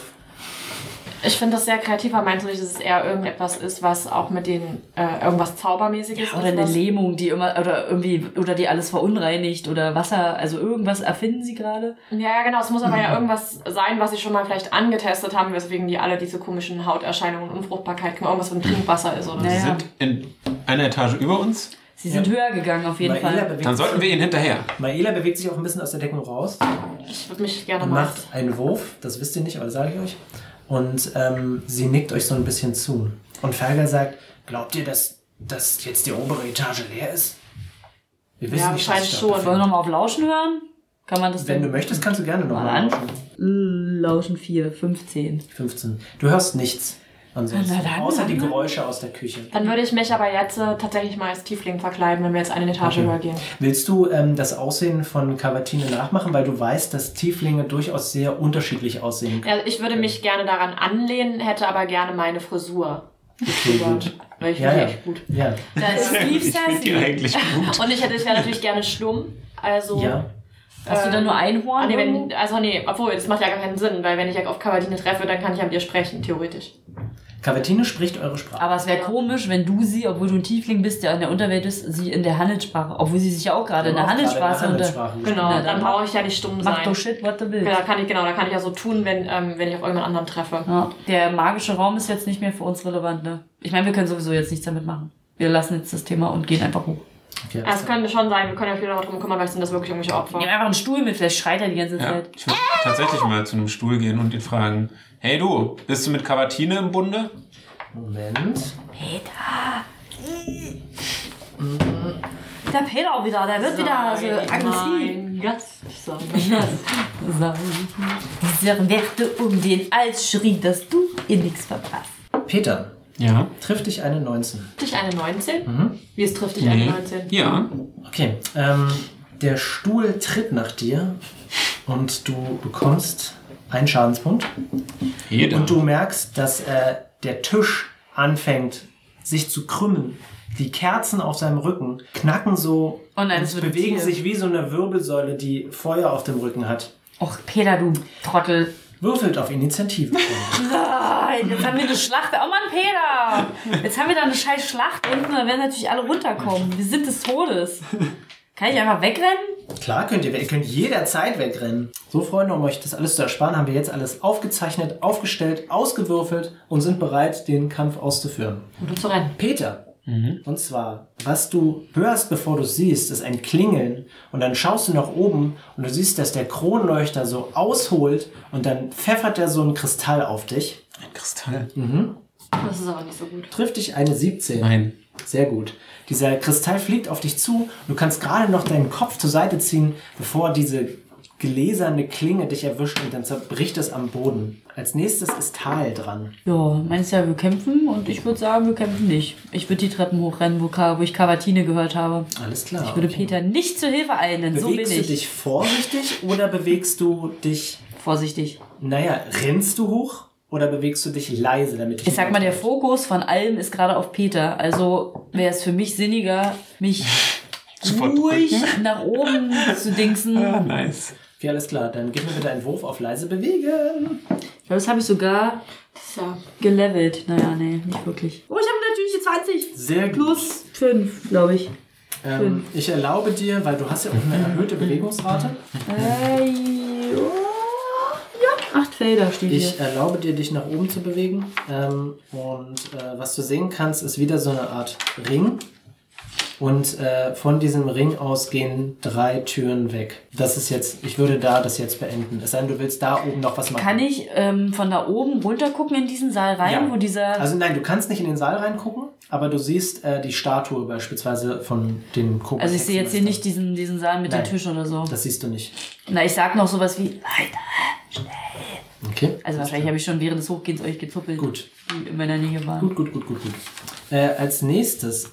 ich finde das sehr kreativ, aber meinst du nicht, dass es eher irgendetwas ist, was auch mit den, äh, irgendwas Zaubermäßiges Oder ist? eine was- Lähmung, die immer, oder irgendwie, oder die alles verunreinigt, oder Wasser, also irgendwas erfinden sie gerade. Ja, ja, genau. Es muss aber ja irgendwas sein, was sie schon mal vielleicht angetestet haben, weswegen die alle diese komischen Hauterscheinungen und Unfruchtbarkeit, irgendwas mit dem Trinkwasser ist oder so. Naja. Sie sind in einer Etage über uns. Sie sind höher gegangen, auf jeden Maela Fall. bewegt, Dann sollten wir ihnen hinterher. Maela bewegt sich auch ein bisschen aus der Deckung raus Ich würde mich gerne und mal... macht einen Wurf. Das wisst ihr nicht, aber das sage ich euch. Und ähm, sie nickt euch so ein bisschen zu. Und Fergal sagt, glaubt ihr, dass, dass jetzt die obere Etage leer ist? Wir wissen Ja, nicht, was wahrscheinlich sich schon. dort Wollen wir befindet. nochmal auf Lauschen hören? Kann man das Wenn denn? du möchtest, kannst du gerne Mal nochmal an. lauschen. Lauschen vier, fünfzehn. fünfzehn. Du hörst nichts ansonsten, Na dann, außer na die dann. Geräusche aus der Küche. Dann würde ich mich aber jetzt äh, tatsächlich mal als Tiefling verkleiden, wenn wir jetzt eine Etage Okay. höher gehen. Willst du ähm, das Aussehen von Cavatine nachmachen, weil du weißt, dass Tieflinge durchaus sehr unterschiedlich aussehen können? Ja, ich würde mich gerne daran anlehnen, hätte aber gerne meine Frisur. Okay, gut. Weil ich Ja, finde ja. die echt gut. Ja. Das ist Ich lieb finde die sassy. eigentlich gut. Und ich hätte ich wäre natürlich gerne stumm. Also. Ja. Hast du da nur ein Horn? Ah, nee, irgendwo? wenn, also nee, obwohl, das macht ja gar keinen Sinn, weil wenn ich ja auf Cavatine treffe, dann kann ich ja mit ihr sprechen, theoretisch. Cavatine spricht eure Sprache. Aber es wäre komisch, wenn du sie, obwohl du ein Tiefling bist, der in der Unterwelt ist, sie in der Handelssprache, obwohl sie sich ja auch gerade in der Auch gerade Handelssprache unter... Handelssprache Genau, Na, dann dann brauche ich ja nicht stumm Mach sein. doch shit, what du willst. Ja, da kann ich, genau, da kann ich ja so tun, wenn, ähm, wenn ich auf irgendjemand anderen treffe. Ja, der magische Raum ist jetzt nicht mehr für uns relevant, ne? Ich meine, wir können sowieso jetzt nichts damit machen. Wir lassen jetzt das Thema und gehen einfach hoch. Okay, Ja, es könnte schon sein, wir können ja viel darum kümmern, vielleicht sind das wirklich irgendwelche Opfer. Nehmen einfach einen Stuhl mit, vielleicht schreit er die ganze Ja, Zeit. ich würde tatsächlich mal zu einem Stuhl gehen und ihn fragen, hey du, bist du mit Cavatine im Bunde? Moment. Peter! Der Peter auch wieder, der wird wieder so aggressiv. Mein Gast, sag mein Gast. Dieser Werte um den Als schrie, dass du ihr nichts verpasst. Peter, Ja. trifft dich eine neunzehn. Trifft dich eine neunzehn? Mhm. Wie es trifft dich eine Nee. neunzehn? Ja. Okay, ähm, der Stuhl tritt nach dir und du bekommst einen Schadenspunkt. Jeder. Und du merkst, dass äh, der Tisch anfängt, sich zu krümmen. Die Kerzen auf seinem Rücken knacken so Oh nein, und das wird bewegen ein Tier. sich wie so eine Wirbelsäule, die Feuer auf dem Rücken hat. Och, Peter, du Trottel. Würfelt auf Initiative. Nein, jetzt haben wir eine Schlacht. Oh Mann, Peter! Jetzt haben wir da eine scheiß Schlacht unten, dann werden natürlich alle runterkommen. Wir sind des Todes. Kann ich einfach wegrennen? Klar könnt ihr, ihr könnt jederzeit wegrennen. So, Freunde, um euch das alles zu ersparen, haben wir jetzt alles aufgezeichnet, aufgestellt, ausgewürfelt und sind bereit, den Kampf auszuführen. Und du zu rennen. Peter, und zwar, was du hörst, bevor du siehst, ist ein Klingeln und dann schaust du nach oben und du siehst, dass der Kronleuchter so ausholt und dann pfeffert er so einen Kristall auf dich. Ein Kristall. Das ist aber nicht so gut. Trifft dich eine siebzehn. Nein. Sehr gut. Dieser Kristall fliegt auf dich zu. Du kannst gerade noch deinen Kopf zur Seite ziehen, bevor diese gläserne Klinge dich erwischt und dann zerbricht es am Boden. Als nächstes ist Tal dran. Ja, meinst du ja, wir kämpfen und ich würde sagen, wir kämpfen nicht. Ich würde die Treppen hochrennen, wo, Ka- wo ich Cavatine gehört habe. Alles klar. Ich würde okay. Peter nicht zur Hilfe eilen, denn so bin Bewegst du ich. dich vorsichtig oder bewegst du dich, Vorsichtig. naja, rennst du hoch oder bewegst du dich leise, damit ich Ich sag mal, der Fokus von allem ist gerade auf Peter. Also wäre es für mich sinniger, mich ruhig nach oben zu dingsen. Ah, nice. Okay, alles klar. Dann gib mir bitte einen Wurf auf leise bewegen. Ich glaube, das habe ich sogar Ja. gelevelt. Naja, nee, nicht wirklich. Oh, ich habe natürlich die zwanzig. Sehr gut. Plus fünf, glaube ich. Ähm, ich erlaube dir, weil du hast ja auch eine erhöhte Bewegungsrate. Äh, oh, ja, acht Felder steht Ich hier. erlaube dir, dich nach oben zu bewegen. Ähm, und äh, was du sehen kannst, ist wieder so eine Art Ring. Und äh, von diesem Ring aus gehen drei Türen weg. Das ist jetzt, ich würde da das jetzt beenden. Es sei denn, du willst da oben noch was machen. Kann ich ähm, von da oben runter gucken in diesen Saal rein, Ja. wo dieser... Also nein, du kannst nicht in den Saal reingucken, aber du siehst äh, die Statue beispielsweise von dem Kobold. Also ich sehe jetzt hier nicht diesen, diesen Saal mit Nein. dem Tisch oder so. Das siehst du nicht. Na, ich sag noch sowas wie, Alter, schnell. Okay. Also wahrscheinlich habe ich schon während des Hochgehens euch gezuppelt, Gut. die in meiner Nähe waren. Gut, gut, gut, gut, gut. Äh, als nächstes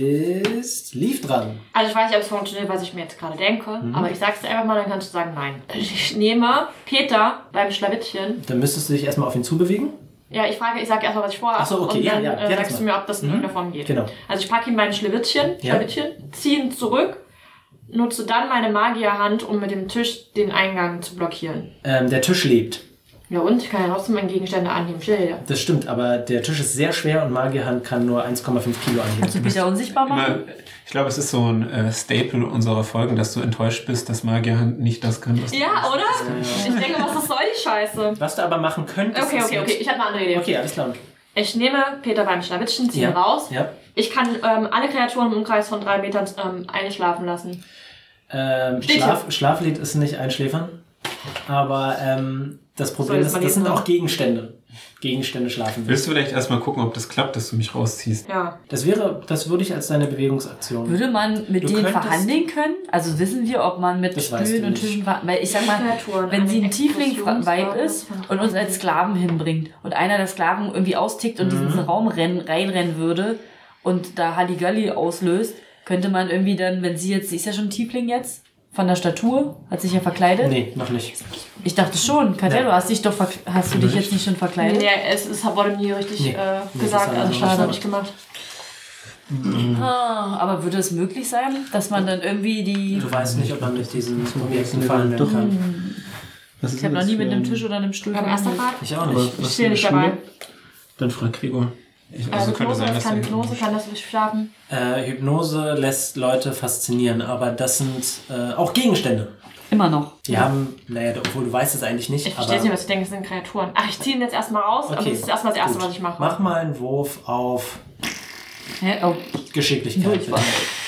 ist Leaf dran. Also ich weiß nicht, ob es funktioniert, was ich mir jetzt gerade denke, Mhm. aber ich sag's dir einfach mal, dann kannst du sagen nein. Ich nehme Peter beim Schlawittchen. Dann müsstest du dich erstmal auf ihn zubewegen. Ja, ich frage, ich sage erstmal, was ich vorhabe. Ach so, okay, und ja, dann ja, äh, ja, das sagst mal. du mir, ob das in Mhm. irgendeiner Form geht. Genau. Also ich packe ihm mein Schlawittchen, Ja. Schlawittchen, ziehe ihn zurück, nutze dann meine Magierhand, um mit dem Tisch den Eingang zu blockieren. Ähm, der Tisch lebt. Ja und? Ich kann ja trotzdem meine Gegenstände annehmen. Schilder. Das stimmt, aber der Tisch ist sehr schwer und Magierhand kann nur eins Komma fünf Kilo Kannst du anheben. Peter unsichtbar machen? Immer, ich glaube, es ist so ein äh, Staple unserer Folgen, dass du enttäuscht bist, dass Magierhand nicht das kann, was du Ja, kannst. oder? Ich denke, was das soll die Scheiße? Was du aber machen könntest... Okay, ist okay, mit- okay. Ich habe eine andere Idee. Okay, alles klar. Ich nehme Peter beim Schlawittchen, ziehe ihn Ja. raus. Ja. Ich kann ähm, alle Kreaturen im Umkreis von drei Metern ähm, einschlafen lassen. Ähm, Steht Schlaf, Schlaflied ist nicht einschläfern, aber ähm, das Problem das ist, mal das sind lesen, auch ne? Gegenstände. Gegenstände schlafen. Willst du vielleicht erstmal gucken, ob das klappt, dass du mich rausziehst? Ja. Das wäre, das würde ich als deine Bewegungsaktion. Würde man mit Du denen könntest- verhandeln können? Also wissen wir, ob man mit Das weißt Stühlen du und nicht. Tischen... ver- Weil ich sag mal, Kreaturen, wenn sie eine ein Tiefling-Vibe ist Explosionsrate und uns als Sklaven hinbringt und einer der Sklaven irgendwie austickt und Mhm. diesen Raum rennen, reinrennen würde und da Halligalli auslöst, könnte man irgendwie dann, wenn sie jetzt... Sie ist ja schon ein Tiefling jetzt, von der Statur, hat sich ja verkleidet. Nee, noch nicht. Ich dachte schon. Katja, Ja. du hast dich doch verk- hast du dich jetzt nicht schon verkleidet? Nee, es, es wurde nie richtig Nee. äh, Nee, gesagt, das haben also wir schade, nicht habe ich gemacht. Ah, aber würde es möglich sein, dass man dann irgendwie die... Du weißt nicht, ob man mit diesen Objekten verhandeln Doch. kann. Was ist Ich habe noch nie mit einem Tisch oder einem Stuhl Beim ersten verhandelt. Part? Ich auch Aber nicht. was Ich stehe für nicht eine dabei. Schule? Dann frag Gregor. Ich, also Also könnte Hypnose, sein, das dass kann der- Hypnose, kann das durch Schlafen. Äh, Hypnose lässt Leute faszinieren, aber das sind äh, auch Gegenstände. Immer noch. Die haben, naja, obwohl du weißt es eigentlich nicht, Ich aber... verstehe nicht, was ich denke, es sind Kreaturen. Ach, ich ziehe ihn jetzt erstmal raus, aber Okay, das ist erstmal das Erste, gut. was ich mache. Mach mal einen Wurf auf Hä? Oh, Geschicklichkeit. Durchfall.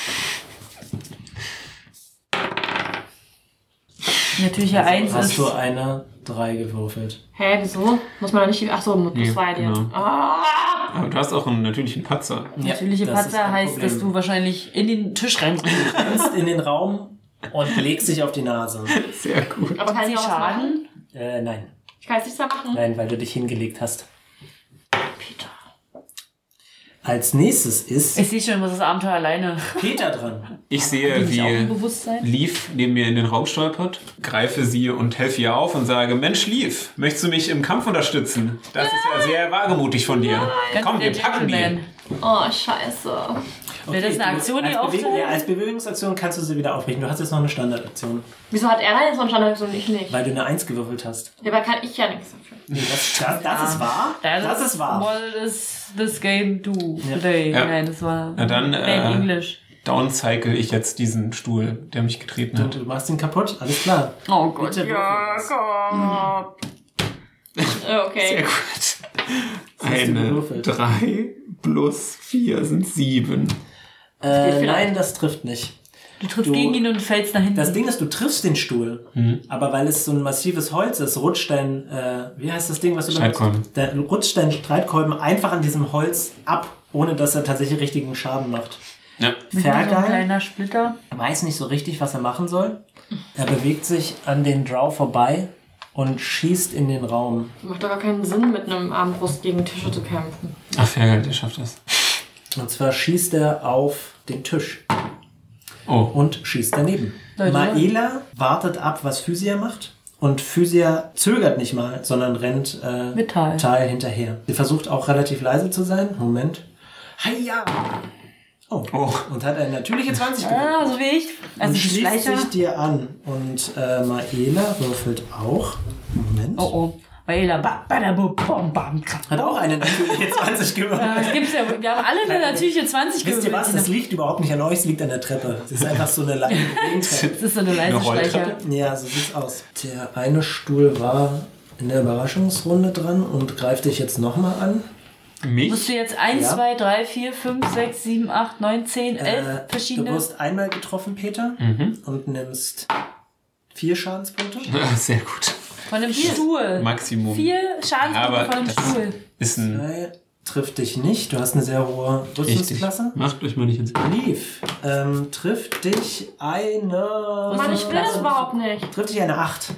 Natürlich ja eins Hast ist... du eine drei gewürfelt. Hä, wieso? Muss man da nicht... Ach so, mit plus Nee, zwei genau. jetzt. Ah! Aber du hast auch einen natürlichen Patzer. Natürliche das ist Patzer kein heißt, Problem. dass du wahrscheinlich in den Tisch rennst. Du rennst in den Raum und legst dich auf die Nase. Sehr gut. Aber kann Sie ich noch was machen? schaden? Äh, nein. Ich kann jetzt nichts mehr machen. Nein, weil du dich hingelegt hast. Peter. Als nächstes ist Ich sehe schon, was das Abenteuer alleine. Peter dran. Ich sehe, Bin ich auch im wie Bewusstsein? Leaf neben mir in den Raum stolpert, greife sie und helfe ihr auf und sage, Mensch Leaf, möchtest du mich im Kampf unterstützen? Das ist ja sehr wagemutig von dir. Komm, wir Der packen die. Gentleman. Oh, scheiße. Wäre das eine du- Aktion, die als, Bewegung, aufzuhalten? ja, als Bewegungsaktion kannst du sie wieder aufrichten. Du hast jetzt noch eine Standardaktion, Wieso hat er da jetzt so einen Standard und ich nicht? weil du eine eins gewürfelt hast. Ja, aber kann ich ja nichts dafür. Nee, das, das, das ist wahr. Das, ist wahr. What is this game do Ja. today? Ja. Nein, das war Na dann, bad äh, English. Downcycle ich jetzt diesen Stuhl, der mich getreten Du, hat. du machst ihn kaputt, alles klar. Oh Gott. Bitte Ja, würfel Gott. Äh, Sehr Okay. gut. hast du Eine gewürfelt? drei plus vier sind sieben. Äh, vielleicht. nein, das trifft nicht. Du triffst Du- gegen ihn und fällst nach hinten. Das Ding ist, du triffst den Stuhl, aber weil es so ein massives Holz ist, rutscht dein, äh, wie heißt das Ding, was du Streitkolben. benutzt? Der rutscht dein Streitkolben einfach an diesem Holz ab, ohne dass er tatsächlich richtigen Schaden macht. Ja. Mit so ein Fergal kleiner Splitter. weiß nicht so richtig, was er machen soll. Er bewegt sich an den Drow vorbei und schießt in den Raum. Macht doch gar keinen Sinn, mit einem Armbrust gegen Tische zu kämpfen. Ach, Fergal, der schafft das. Und zwar schießt er auf den Tisch Oh. und schießt daneben. Leute. Maela wartet ab, was Physia macht Und Physia zögert nicht mal, sondern rennt äh, Mit Tal. Tal hinterher. Sie versucht auch relativ leise zu sein. Moment. Hiya! Oh. Oh. Und hat eine natürliche zwanzig gewürfelt. Ah, so wie ich. Also Und die schließt Schleicher. sich dir an. Und äh, Maela würfelt auch. Moment. Oh oh. Maela, ba, ba, da, bu, bom, bam, krach. Hat auch eine natürliche zwanzig gewürfelt. Ja, das gibt's ja. Wir haben alle eine natürliche zwanzig Wisst ihr was? gewürfelt. Das liegt überhaupt nicht an euch, es liegt an der Treppe. Es ist einfach so eine leise Bewegungstreppe. Das ist so eine leise Eine Rolltreppe? Schleicher. Ja, so sieht's aus. Der eine Stuhl war in der Überraschungsrunde dran und greift dich jetzt nochmal an. Mich? Musst du jetzt eins, Ja. zwei, drei, vier, fünf, sechs, sieben, acht, neun, zehn, elf Äh, verschiedene. Du wirst einmal getroffen, Peter, und nimmst vier Schadenspunkte. Sehr gut. Von einem Stuhl. Maximum. Vier Schadenspunkte Aber von einem das Stuhl. ist ein... Zwei trifft dich nicht. Du hast eine sehr hohe Richtig. Rüstungsklasse. Macht euch mal nicht ins... Leaf, ähm, trifft dich eine... Mann, ich will das überhaupt nicht. Trifft dich eine acht.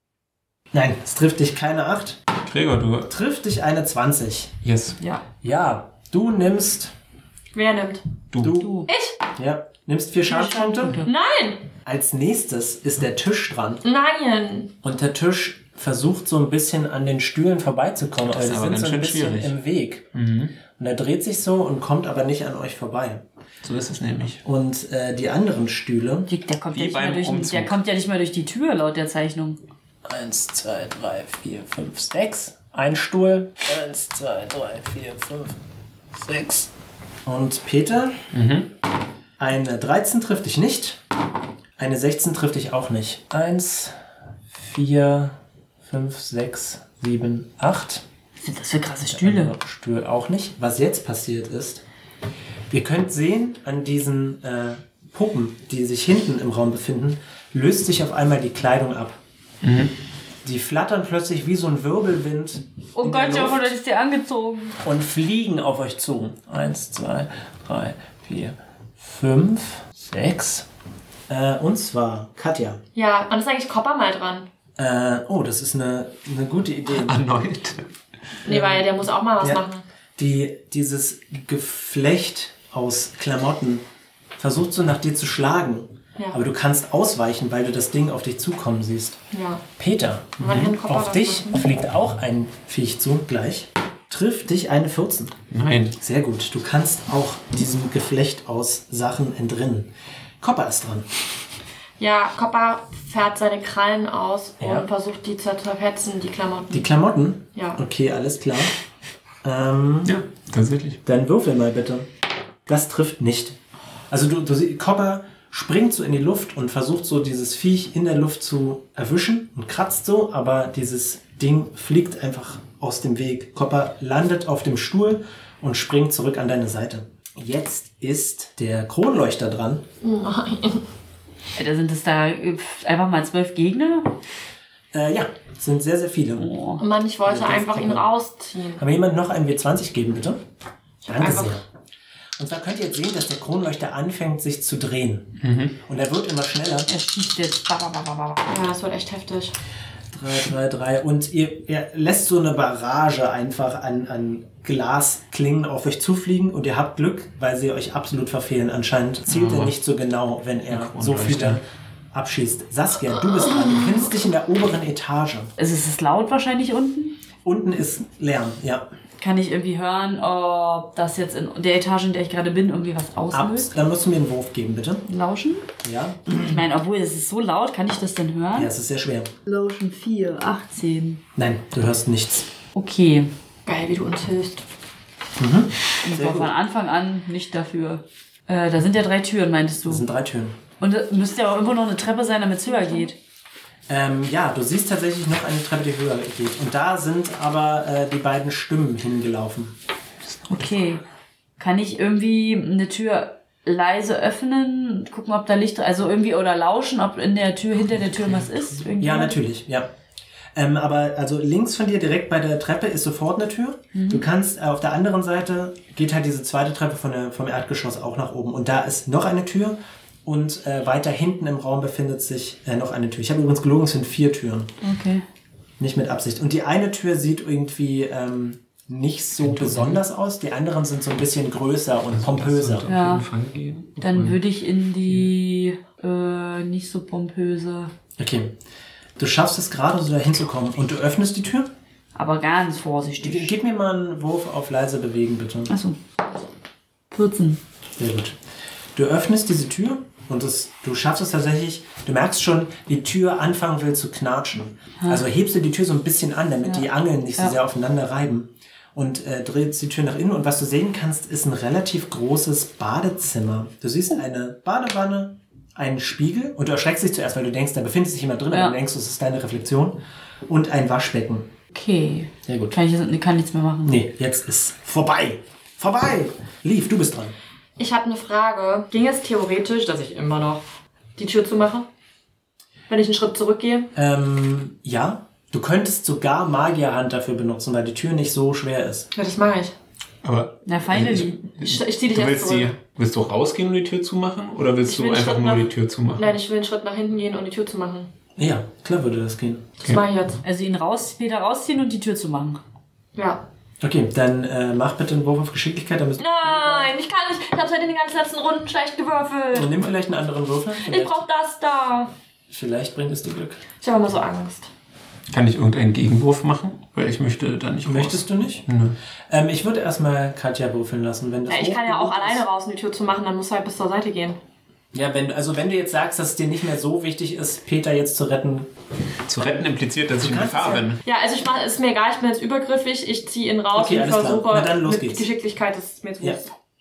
Nein, es trifft dich keine acht. Gregor, du... Trifft dich eine zwanzig. Yes. Ja. Ja, du nimmst... Wer nimmt? Du. Du. Du. Ich? Ja, nimmst vier Schadenspunkte. Nein! Als nächstes ist der Tisch dran. Nein! Und der Tisch versucht so ein bisschen an den Stühlen vorbeizukommen, aber ist die aber sind ganz so ein schön bisschen schwierig. im Weg. Mhm. Und er dreht sich so und kommt aber nicht an euch vorbei. So ist es nämlich. Und äh, die anderen Stühle, Die, der, kommt Wie ja nicht mehr beim durch, Umzug. der kommt ja nicht mehr durch die Tür, laut der Zeichnung. eins, zwei, drei, vier, fünf, sechs. Ein Stuhl, eins, zwei, drei, vier, fünf, sechs. Und Peter, Mhm. eine dreizehn trifft dich nicht, eine sechzehn trifft dich auch nicht. eins, vier, fünf, sechs, sieben, acht. Was sind das für krasse Stühle? Stuhl auch nicht. Was jetzt passiert ist, ihr könnt sehen, an diesen äh, Puppen, die sich hinten im Raum befinden, löst sich auf einmal die Kleidung ab. Mhm. Die flattern plötzlich wie so ein Wirbelwind Oh in Gott, der ich hoffe, Luft das ist dir angezogen. und fliegen auf euch zu. Eins, zwei, drei, vier, fünf, sechs. Äh, und zwar Katja. Ja, und ist eigentlich Copper mal dran? Äh, oh, das ist eine, eine gute Idee. Erneut. Nee, weil der muss auch mal was Ja, machen. die, dieses Geflecht aus Klamotten versucht so nach dir zu schlagen. Ja. Aber du kannst ausweichen, weil du das Ding auf dich zukommen siehst. Ja. Peter, Man kann Copper auf was dich machen. fliegt auch ein Viech zu, gleich. Trifft dich eine vierzehn. Nein. Sehr gut. Du kannst auch diesem Geflecht aus Sachen entrinnen. Copper ist dran. Ja, Copper fährt seine Krallen aus Ja. und versucht die zu zerfetzen, die Klamotten. Die Klamotten? Ja. Okay, alles klar. Ähm, Ja, tatsächlich. Dann würfel mal bitte. Das trifft nicht. Also du, du siehst, Copper springt so in die Luft und versucht so dieses Viech in der Luft zu erwischen und kratzt so, aber dieses Ding fliegt einfach aus dem Weg. Copper landet auf dem Stuhl und springt zurück an deine Seite. Jetzt ist der Kronleuchter dran. Alter, sind es da äh, einfach mal zwölf Gegner? Äh, ja, es sind sehr, sehr viele. Oh. Mann, ich wollte Ja, das einfach ist ihn Copper. rausziehen. Kann mir jemand noch einen W zwanzig geben, bitte? Danke einfach- sehr. Und zwar könnt ihr jetzt sehen, dass der Kronleuchter anfängt, sich zu drehen. Und er wird immer schneller. Er schießt jetzt. Ba, ba, ba, ba, ba. Ja, das wird echt heftig. drei, drei, drei. Und ihr, ihr lässt so eine Barrage einfach an, an Glasklingen auf euch zufliegen und ihr habt Glück, weil sie euch absolut verfehlen. Anscheinend zielt er Oh. nicht so genau, wenn er Der so Kronleuchter. viele abschießt. Saskia, du bist dran. Du befindest dich in der oberen Etage. Ist es laut wahrscheinlich unten? Unten ist Lärm, ja. Kann ich irgendwie hören, ob das jetzt in der Etage, in der ich gerade bin, irgendwie was Ab, auslöst? dann musst du mir einen Wurf geben, bitte. Lauschen? Ja? Ich meine, obwohl es ist so laut, kann ich das denn hören? Ja, es ist sehr schwer. Lauschen vier, achtzehn. Nein, du hörst nichts. Okay. Geil, wie du uns hilfst. Ich Sehr war gut. von Anfang an nicht dafür. Äh, da sind ja drei Türen, meintest du. Das sind drei Türen. Und es müsste ja auch irgendwo noch eine Treppe sein, damit es höher geht. Ähm, ja, du siehst tatsächlich noch eine Treppe, die höher geht. Und da sind aber äh, die beiden Stimmen hingelaufen. Okay. Kann ich irgendwie eine Tür leise öffnen, gucken, ob da Licht, also irgendwie, oder lauschen, ob in der Tür, hinter der Tür was ist? Ja, Irgendjemand? natürlich, ja. Ähm, aber also links von dir, direkt bei der Treppe, ist sofort eine Tür. Du kannst, äh, auf der anderen Seite geht halt diese zweite Treppe von der, vom Erdgeschoss auch nach oben. Und da ist noch eine Tür. Und äh, weiter hinten im Raum befindet sich äh, noch eine Tür. Ich habe übrigens gelogen, es sind vier Türen. Okay. Nicht mit Absicht. Und die eine Tür sieht irgendwie ähm, nicht so besonders aus. Die anderen sind so ein bisschen größer und pompöser. Ja. Auf jeden Fall gehen. Dann würde ich in die, äh, nicht so pompöse. Okay. Du schaffst es gerade, so da hinzukommen. Und du öffnest die Tür? Aber ganz vorsichtig. Gib mir mal einen Wurf auf leise bewegen, bitte. Achso. vierzehn. Sehr gut. Du öffnest diese Tür und das, du schaffst es tatsächlich, du merkst schon, die Tür anfangen will zu knatschen. Hm. Also hebst du die Tür so ein bisschen an, damit ja. die Angeln nicht so ja. sehr aufeinander reiben. Und äh, drehst die Tür nach innen und was du sehen kannst, ist ein relativ großes Badezimmer. Du siehst eine Badewanne, einen Spiegel und du erschreckst dich zuerst, weil du denkst, da befindet sich jemand drin, ja. aber du denkst, das ist deine Reflexion. Und ein Waschbecken. Okay. Sehr gut. Kann ich kann nichts mehr machen. Nee, jetzt ist vorbei. Vorbei! Lief, du bist dran. Ich habe eine Frage. Ging es theoretisch, dass ich immer noch die Tür zumache? Wenn ich einen Schritt zurückgehe? Ähm, ja. Du könntest sogar Magierhand dafür benutzen, weil die Tür nicht so schwer ist. Ja, das mache ich. Aber Na, feine ich, ich, ich zieh dich du erst willst, zurück. die, willst du rausgehen und die Tür zumachen? Oder willst Ich du will einfach Schritt nur nach, die Tür zumachen? Nein, ich will einen Schritt nach hinten gehen und die Tür zumachen. Ja, klar würde das gehen. Das okay. mache ich jetzt. Also ihn raus, Peter rausziehen und die Tür zu machen. Ja. Okay, dann äh, mach bitte einen Wurf auf Geschicklichkeit. Dann Nein, ich kann nicht. Ich habe seit den ganzen letzten Runden schlecht gewürfelt. Und nimm vielleicht einen anderen Würfel. Vielleicht, ich brauch das da. Vielleicht bringt es dir Glück. Ich habe immer so Angst. Kann ich irgendeinen Gegenwurf machen? Weil ich möchte da nicht raus. Möchtest du nicht? Nö. Ähm, ich würde erstmal Katja würfeln lassen. Wenn das ja, ich kann ja auch ist. alleine raus, um die Tür zu machen. Dann musst du halt bis zur Seite gehen. Ja, wenn, also wenn du jetzt sagst, dass es dir nicht mehr so wichtig ist, Peter jetzt zu retten. Zu retten impliziert, dass ich in Gefahr ja. bin. Ja, also ich mach, ist mir egal, ich bin jetzt übergriffig. Ich ziehe ihn raus okay, und versuche Na dann los mit geht's. Geschicklichkeit, das ist mir zu ja.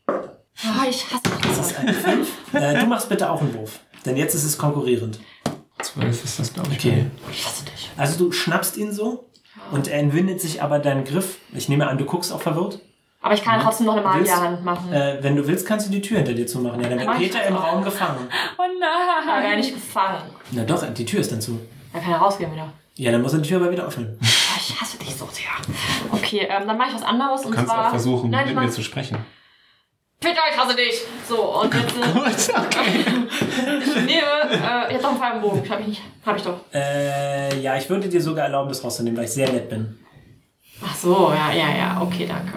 Oh, ich hasse das. Das ist eine fünf. äh, du machst bitte auch einen Wurf. Denn jetzt ist es konkurrierend. zwölf ist das, glaube ich. Okay. Ich hasse dich. Also du schnappst ihn so und er entwindet sich aber deinen Griff. Ich nehme an, du guckst auch verwirrt. Aber ich kann trotzdem noch eine Magierhand machen. Äh, wenn du willst, kannst du die Tür hinter dir zumachen. Ja, dann wird Peter im Raum gefangen. Oh nein! Aber gar nicht gefangen. Na doch, die Tür ist dann zu. Dann kann er rausgehen wieder. Ja, dann muss er die Tür aber wieder öffnen. Oh, ich hasse dich so sehr. Okay, ähm, dann mache ich was anderes. Du und kannst zwar, auch versuchen, nein, mit mach, mir zu sprechen. Peter, ich hasse dich. So, und jetzt... Äh, Gut, okay. ich nehme... Äh, jetzt noch einen Fallbogen. Hab ich nicht. Hab ich doch. Äh, ja, ich würde dir sogar erlauben, das rauszunehmen, weil ich sehr nett bin. Ach so, ja, ja, ja. Okay, danke.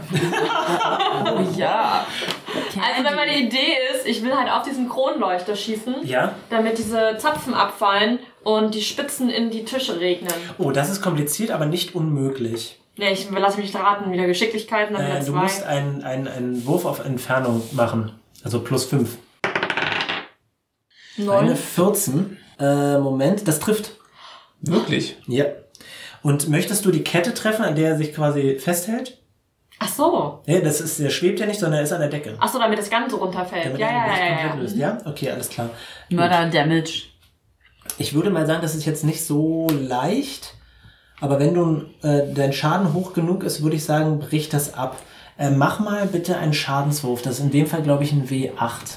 Oh ja. Also wenn meine Idee ist, ich will halt auf diesen Kronleuchter schießen, Ja? damit diese Zapfen abfallen und die Spitzen in die Tische regnen. Oh, das ist kompliziert, aber nicht unmöglich. Ne, ich lasse mich raten, wieder Geschicklichkeit und dann wieder Äh, du zwei. musst einen, einen, einen Wurf auf Entfernung machen. Also plus fünf. Eine Neun. vierzehn. Äh, Moment, das trifft. Wirklich? Ja. Und möchtest du die Kette treffen, an der er sich quasi festhält? Ach so. Ja, das ist, der schwebt ja nicht, sondern er ist an der Decke. Ach so, damit das Ganze runterfällt. Damit Ja, er ja, nicht ja, ja, komplett ja. löst. Ja? Okay, alles klar. Murder Damage. Ich würde mal sagen, das ist jetzt nicht so leicht. Aber wenn du äh, dein Schaden hoch genug ist, würde ich sagen, brich das ab. Äh, mach mal bitte einen Schadenswurf. Das ist in dem Fall, glaube ich, ein W acht.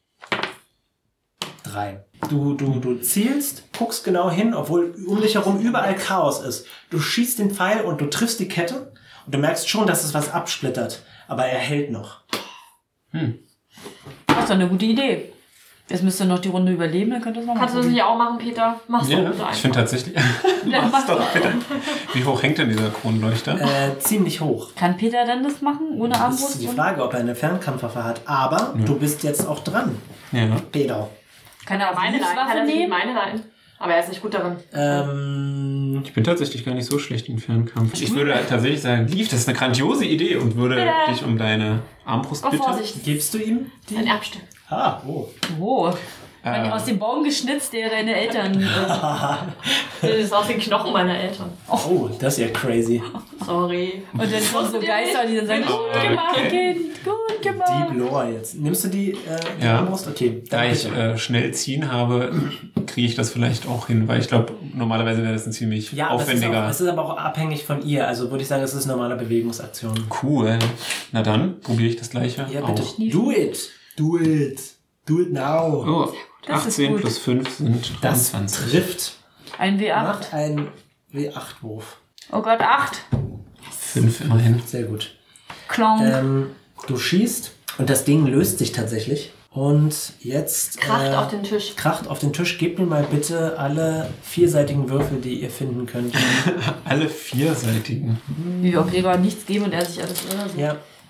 Drei. Du, du, du zielst, guckst genau hin, obwohl um dich herum überall Chaos ist. Du schießt den Pfeil und du triffst die Kette und du merkst schon, dass es was absplittert. Aber er hält noch. Hm. Das ist doch eine gute Idee. Jetzt müsst ihr noch die Runde überleben, dann könnt ihr es nochmal Kannst du das nicht auch machen, Peter? Mach's Ja, doch bitte ich finde tatsächlich... Ja, Mach's doch bitte. Wie hoch hängt denn dieser Kronleuchter? Äh, ziemlich hoch. Kann Peter denn das machen, ohne Das Armbrust? ist die Frage, ob er eine Fernkampfwaffe hat. Aber Ja. du bist jetzt auch dran, Ja. Peter. Kann er auch Meine Leine, kann Hilfswaffe er sich nehmen? meine Leine. Aber er ist nicht gut darin. Ähm, Ich bin tatsächlich gar nicht so schlecht im Fernkampf. Ich würde tatsächlich sagen, Lief, das ist eine grandiose Idee und würde Ja. dich um deine Armbrust Oh, bitten. Vorsicht. gibst du ihm die? Ein Erbstück. Ah, oh. Oh. Äh, Aus dem Baum geschnitzt, der deine Eltern... Äh, Das ist aus den Knochen meiner Eltern. Oh, das ist ja crazy. Sorry. und dann kommen so Geister, die dann sagen, gut gemacht, Kind, gut gemacht. Deep Lore jetzt. Nimmst du die, äh, die Ja. Armbrust? Okay, Da dann ich bitte. äh, schnell ziehen habe, kriege ich das vielleicht auch hin, weil ich glaube, normalerweise wäre das ein ziemlich Ja, aber es ist, aufwendiger. auch, es ist aber auch abhängig von ihr. Also würde ich sagen, es ist eine normale Bewegungsaktion. Cool. Na dann, probiere ich das gleiche Ja, bitte. auch. Do it. Do it. Do it now. Oh, Das ist achtzehn gut. plus fünf sind Das dreiundzwanzig. trifft. Ein W acht. Macht ein W acht Wurf. Oh Gott, acht. fünf immerhin. Sehr gut. Clown. Ähm, du schießt und das Ding löst sich tatsächlich. Und jetzt... Kracht äh, auf den Tisch. Kracht auf den Tisch. Gebt mir mal bitte alle vierseitigen Würfel, die ihr finden könnt. Alle vierseitigen. Wie wir auch Gregor nichts geben und er sich alles irre. Ja.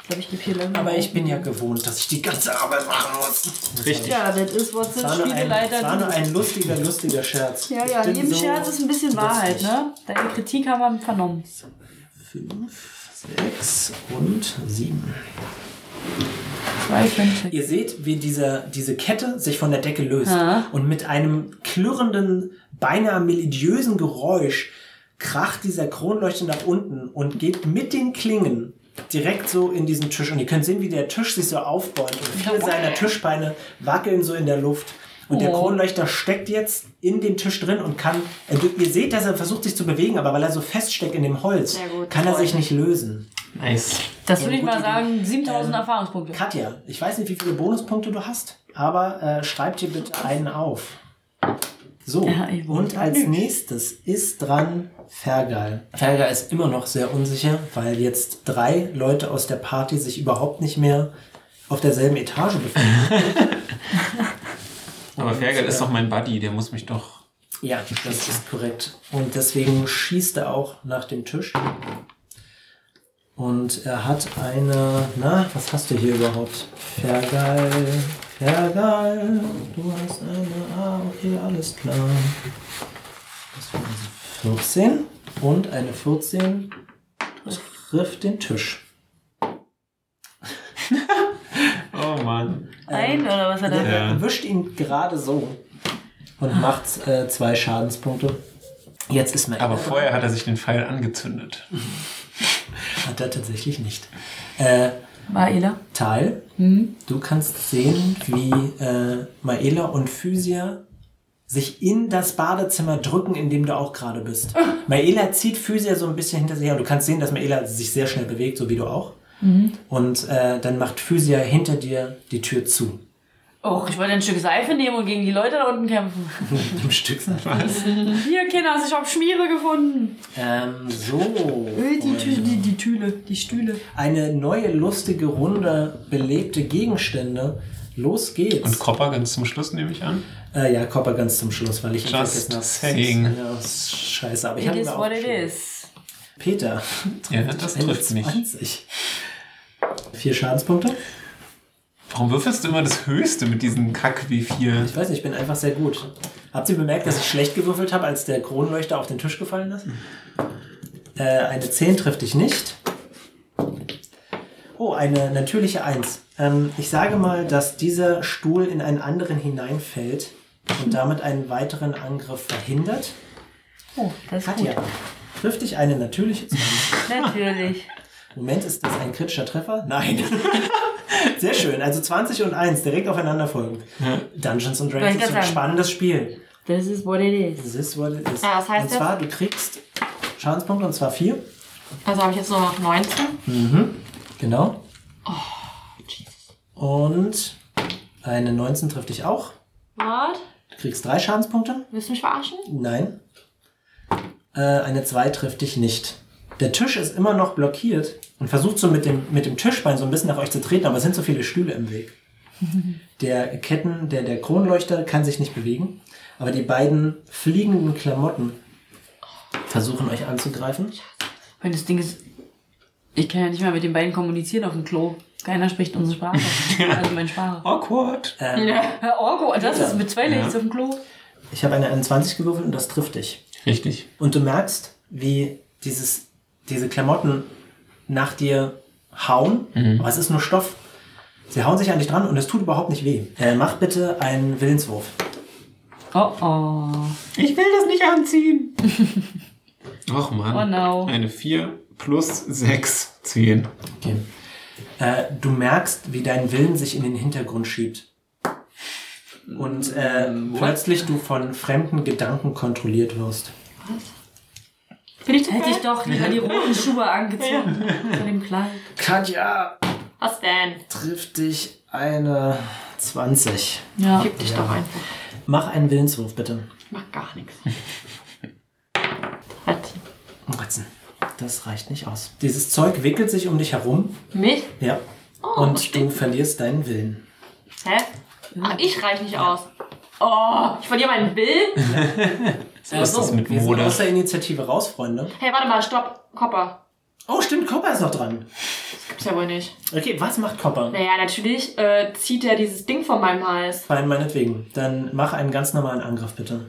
Ich glaube, ich gebe hier lange. Aber ich bin ja gewohnt, dass ich die ganze Arbeit machen muss. Richtig. Ja, das ist, was sind Das war nur ein, Spieleleiter. das war nur ein lustiger, lustiger Scherz. Ja, ja, Ich bin neben so Scherz ist ein bisschen lustig. Wahrheit, ne? Deine Kritik haben wir vernommen. Fünf, sechs und sieben. Zwei, fünf, Ihr seht, wie diese, diese Kette sich von der Decke löst Ja. und mit einem klirrenden, beinahe melodiösen Geräusch kracht dieser Kronleuchter nach unten und geht mit den Klingen direkt so in diesen Tisch. Und ihr könnt sehen, wie der Tisch sich so aufbäumt und viele seiner Tischbeine wackeln so in der Luft. Und der Oh. Kronleuchter steckt jetzt in den Tisch drin und kann, äh, du- ihr seht, dass er versucht sich zu bewegen, aber weil er so feststeckt in dem Holz, Sehr gut, kann er freut sich nicht lösen. Nice. Das würde ich Gute mal Idee. sagen, siebentausend Ähm, Erfahrungspunkte. Katja, ich weiß nicht, wie viele Bonuspunkte du hast, aber äh, schreib dir bitte einen auf. So, Ja, ich wollte und als nicht. nächstes ist dran Fergal. Fergal ist immer noch sehr unsicher, weil jetzt drei Leute aus der Party sich überhaupt nicht mehr auf derselben Etage befinden. Aber Fergal ist doch mein Buddy, der muss mich doch... Ja, das ist korrekt. Und deswegen schießt er auch nach dem Tisch. Und er hat eine... Na, was hast du hier überhaupt? Fergal, Fergal, du hast eine... Ah, okay, alles klar. Das war also vierzehn. Und eine vierzehn trifft den Tisch. Oh Mann. Ein oder was hat er? Er Ja. erwischt ihn gerade so und macht äh, zwei Schadenspunkte. Jetzt ist mir Aber vorher hat er sich den Pfeil angezündet. Hat er tatsächlich nicht. Äh, Maela. Tal, du kannst sehen, wie äh, Maela und Physia sich in das Badezimmer drücken, in dem du auch gerade bist. Maela zieht Physia so ein bisschen hinter sich her und du kannst sehen, dass Maela sich sehr schnell bewegt, so wie du auch. Und äh, dann macht Physia hinter dir die Tür zu. Oh, ich wollte ein Stück Seife nehmen und gegen die Leute da unten kämpfen. Im Stück sein. Hier, Kinder, ich habe Schmiere gefunden. Ähm, so. Äh, Die, Tü die, die Tüle, die Stühle. Eine neue, lustige Runde, belebte Gegenstände. Los geht's. Und Copper ganz zum Schluss, nehme ich an. Äh, ja, Copper ganz zum Schluss, weil ich ihn Just vergessen habe. saying. Ja, ist scheiße, aber ich It habe is ihn what it aufgeschrieben. is. Peter. Ja, das Eine trifft mich. zwanzig. Vier Schadenspunkte. Warum würfelst du immer das Höchste mit diesen Kack W vier? Ich weiß nicht, ich bin einfach sehr gut. Habt ihr bemerkt, dass ich schlecht gewürfelt habe, als der Kronleuchter auf den Tisch gefallen ist? Äh, eine zehn trifft dich nicht. Oh, eine natürliche eins. Ähm, ich sage mal, dass dieser Stuhl in einen anderen hineinfällt und damit einen weiteren Angriff verhindert. Oh, das ist Katja, gut. trifft dich eine natürliche zwanzig? Natürlich. Moment, ist das ein kritischer Treffer? Nein. Sehr schön. Also zwanzig und eins direkt aufeinander folgen. Dungeons and Dragons Wollte ich ist ein grad sagen. spannendes Spiel. Das ist what it is. Das ist, what it is. Ah, was heißt und das? zwar, du kriegst Schadenspunkte und zwar vier. Also habe ich jetzt nur noch neunzehn. Genau. Oh, Jesus. Und eine neunzehn trifft dich auch. Was? Du kriegst drei Schadenspunkte. Willst du mich verarschen? Nein. Äh, eine zwei trifft dich nicht. Der Tisch ist immer noch blockiert und versucht so mit dem, mit dem Tischbein so ein bisschen nach euch zu treten, aber es sind so viele Stühle im Weg. Der Ketten, der, der Kronleuchter kann sich nicht bewegen, aber die beiden fliegenden Klamotten versuchen euch anzugreifen. Weil das Ding ist, ich kann ja nicht mal mit den beiden kommunizieren auf dem Klo. Keiner spricht unsere Sprache. Also meine Sprache. Awkward. Ähm, Ja. Herr Orko, das ist mit zwei Ladies auf dem Klo. Ich habe eine einundzwanzig gewürfelt und das trifft dich. Richtig. Und du merkst, wie dieses, diese Klamotten nach dir hauen, aber es ist nur Stoff. Sie hauen sich an dich dran und es tut überhaupt nicht weh. Äh, mach bitte einen Willenswurf. Oh oh. Ich will das nicht anziehen. Och Mann. Oh no. Eine vier plus sechs, zehn. Okay. Äh, du merkst, wie dein Willen sich in den Hintergrund schiebt. Und äh, plötzlich du von fremden Gedanken kontrolliert wirst. Bin ich Hätte ich doch lieber die roten Schuhe angezogen. Von dem Kleid. Katja, Was denn? trifft dich eine zwanzig. Ja. Gib dich doch einfach. Mach einen Willenswurf, bitte. Ich mach gar nichts. dreizehn. dreizehn. Das reicht nicht aus. Dieses Zeug wickelt sich um dich herum. Mich? Ja. Oh, was Und steht? du verlierst deinen Willen. Hä? Ach, ich reich nicht aus. Oh, ich verliere meinen Bild. Was ist das mit wir sind Mode? aus der Initiative raus, Freunde. Hey, warte mal, stopp. Kopper. Oh, stimmt, Copper ist noch dran. gibt's ja wohl nicht. Okay, was macht Copper? Naja, natürlich äh, zieht er dieses Ding von meinem Hals. Fein, meinetwegen. Dann mach einen ganz normalen Angriff, bitte.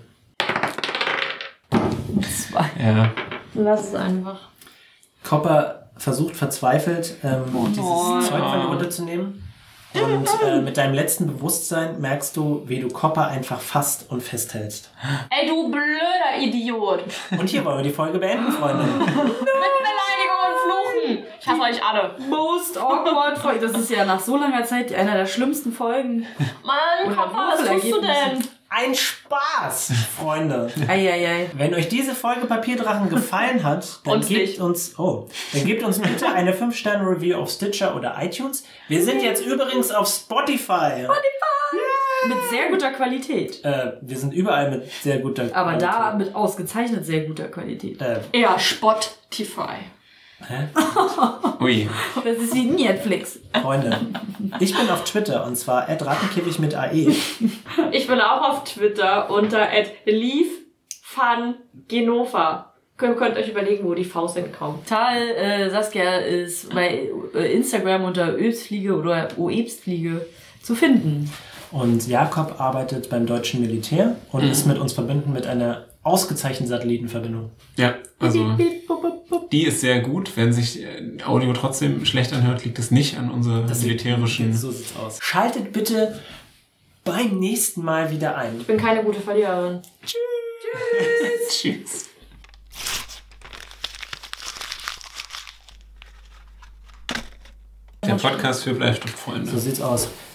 Zwei. Ja. Lass es einfach. Copper versucht verzweifelt, ähm, dieses nein. Zeug von dir runterzunehmen. Und äh, mit deinem letzten Bewusstsein merkst du, wie du Copper einfach fasst und festhältst. Ey, du blöder Idiot. Und hier wollen wir die Folge beenden, Freunde. Mit Beleidigung und Fluchen. Ich hasse euch alle. Most awkward Folge. Das ist ja nach so langer Zeit einer der schlimmsten Folgen. Mann, Oder Papa, was tust du denn? Ein Spaß, Freunde. Eieiei. Wenn euch diese Folge Papierdrachen gefallen hat, dann Uns gebt nicht. uns, oh, dann gebt uns bitte eine fünf Sterne Review auf Stitcher oder iTunes. Wir sind jetzt übrigens auf Spotify. Mit sehr guter Qualität. Äh, wir sind überall mit sehr guter Aber Qualität. da mit ausgezeichnet sehr guter Qualität. Äh, Ja, Spotify. hä? Ui. Das ist wie Netflix. Freunde, ich bin auf Twitter und zwar at rattenkäfig mit A E. Ich bin auch auf Twitter unter at leaffungenova. Ihr könnt euch überlegen, wo die Faust hinkommt. Tal, äh, Saskia ist bei äh, Instagram unter Öbstfliege oder Oebstfliege zu finden. Und Jakob arbeitet beim deutschen Militär und Mhm. ist mit uns verbunden mit einer ausgezeichneten Satellitenverbindung. Ja, also die ist sehr gut. Wenn sich äh, Audio trotzdem schlecht anhört, liegt es nicht an unserer militärischen... So sieht's aus. Schaltet bitte beim nächsten Mal wieder ein. Ich bin keine gute Verliererin. Tschüss. Der Podcast für Bleistiftsfreunde. So sieht's aus.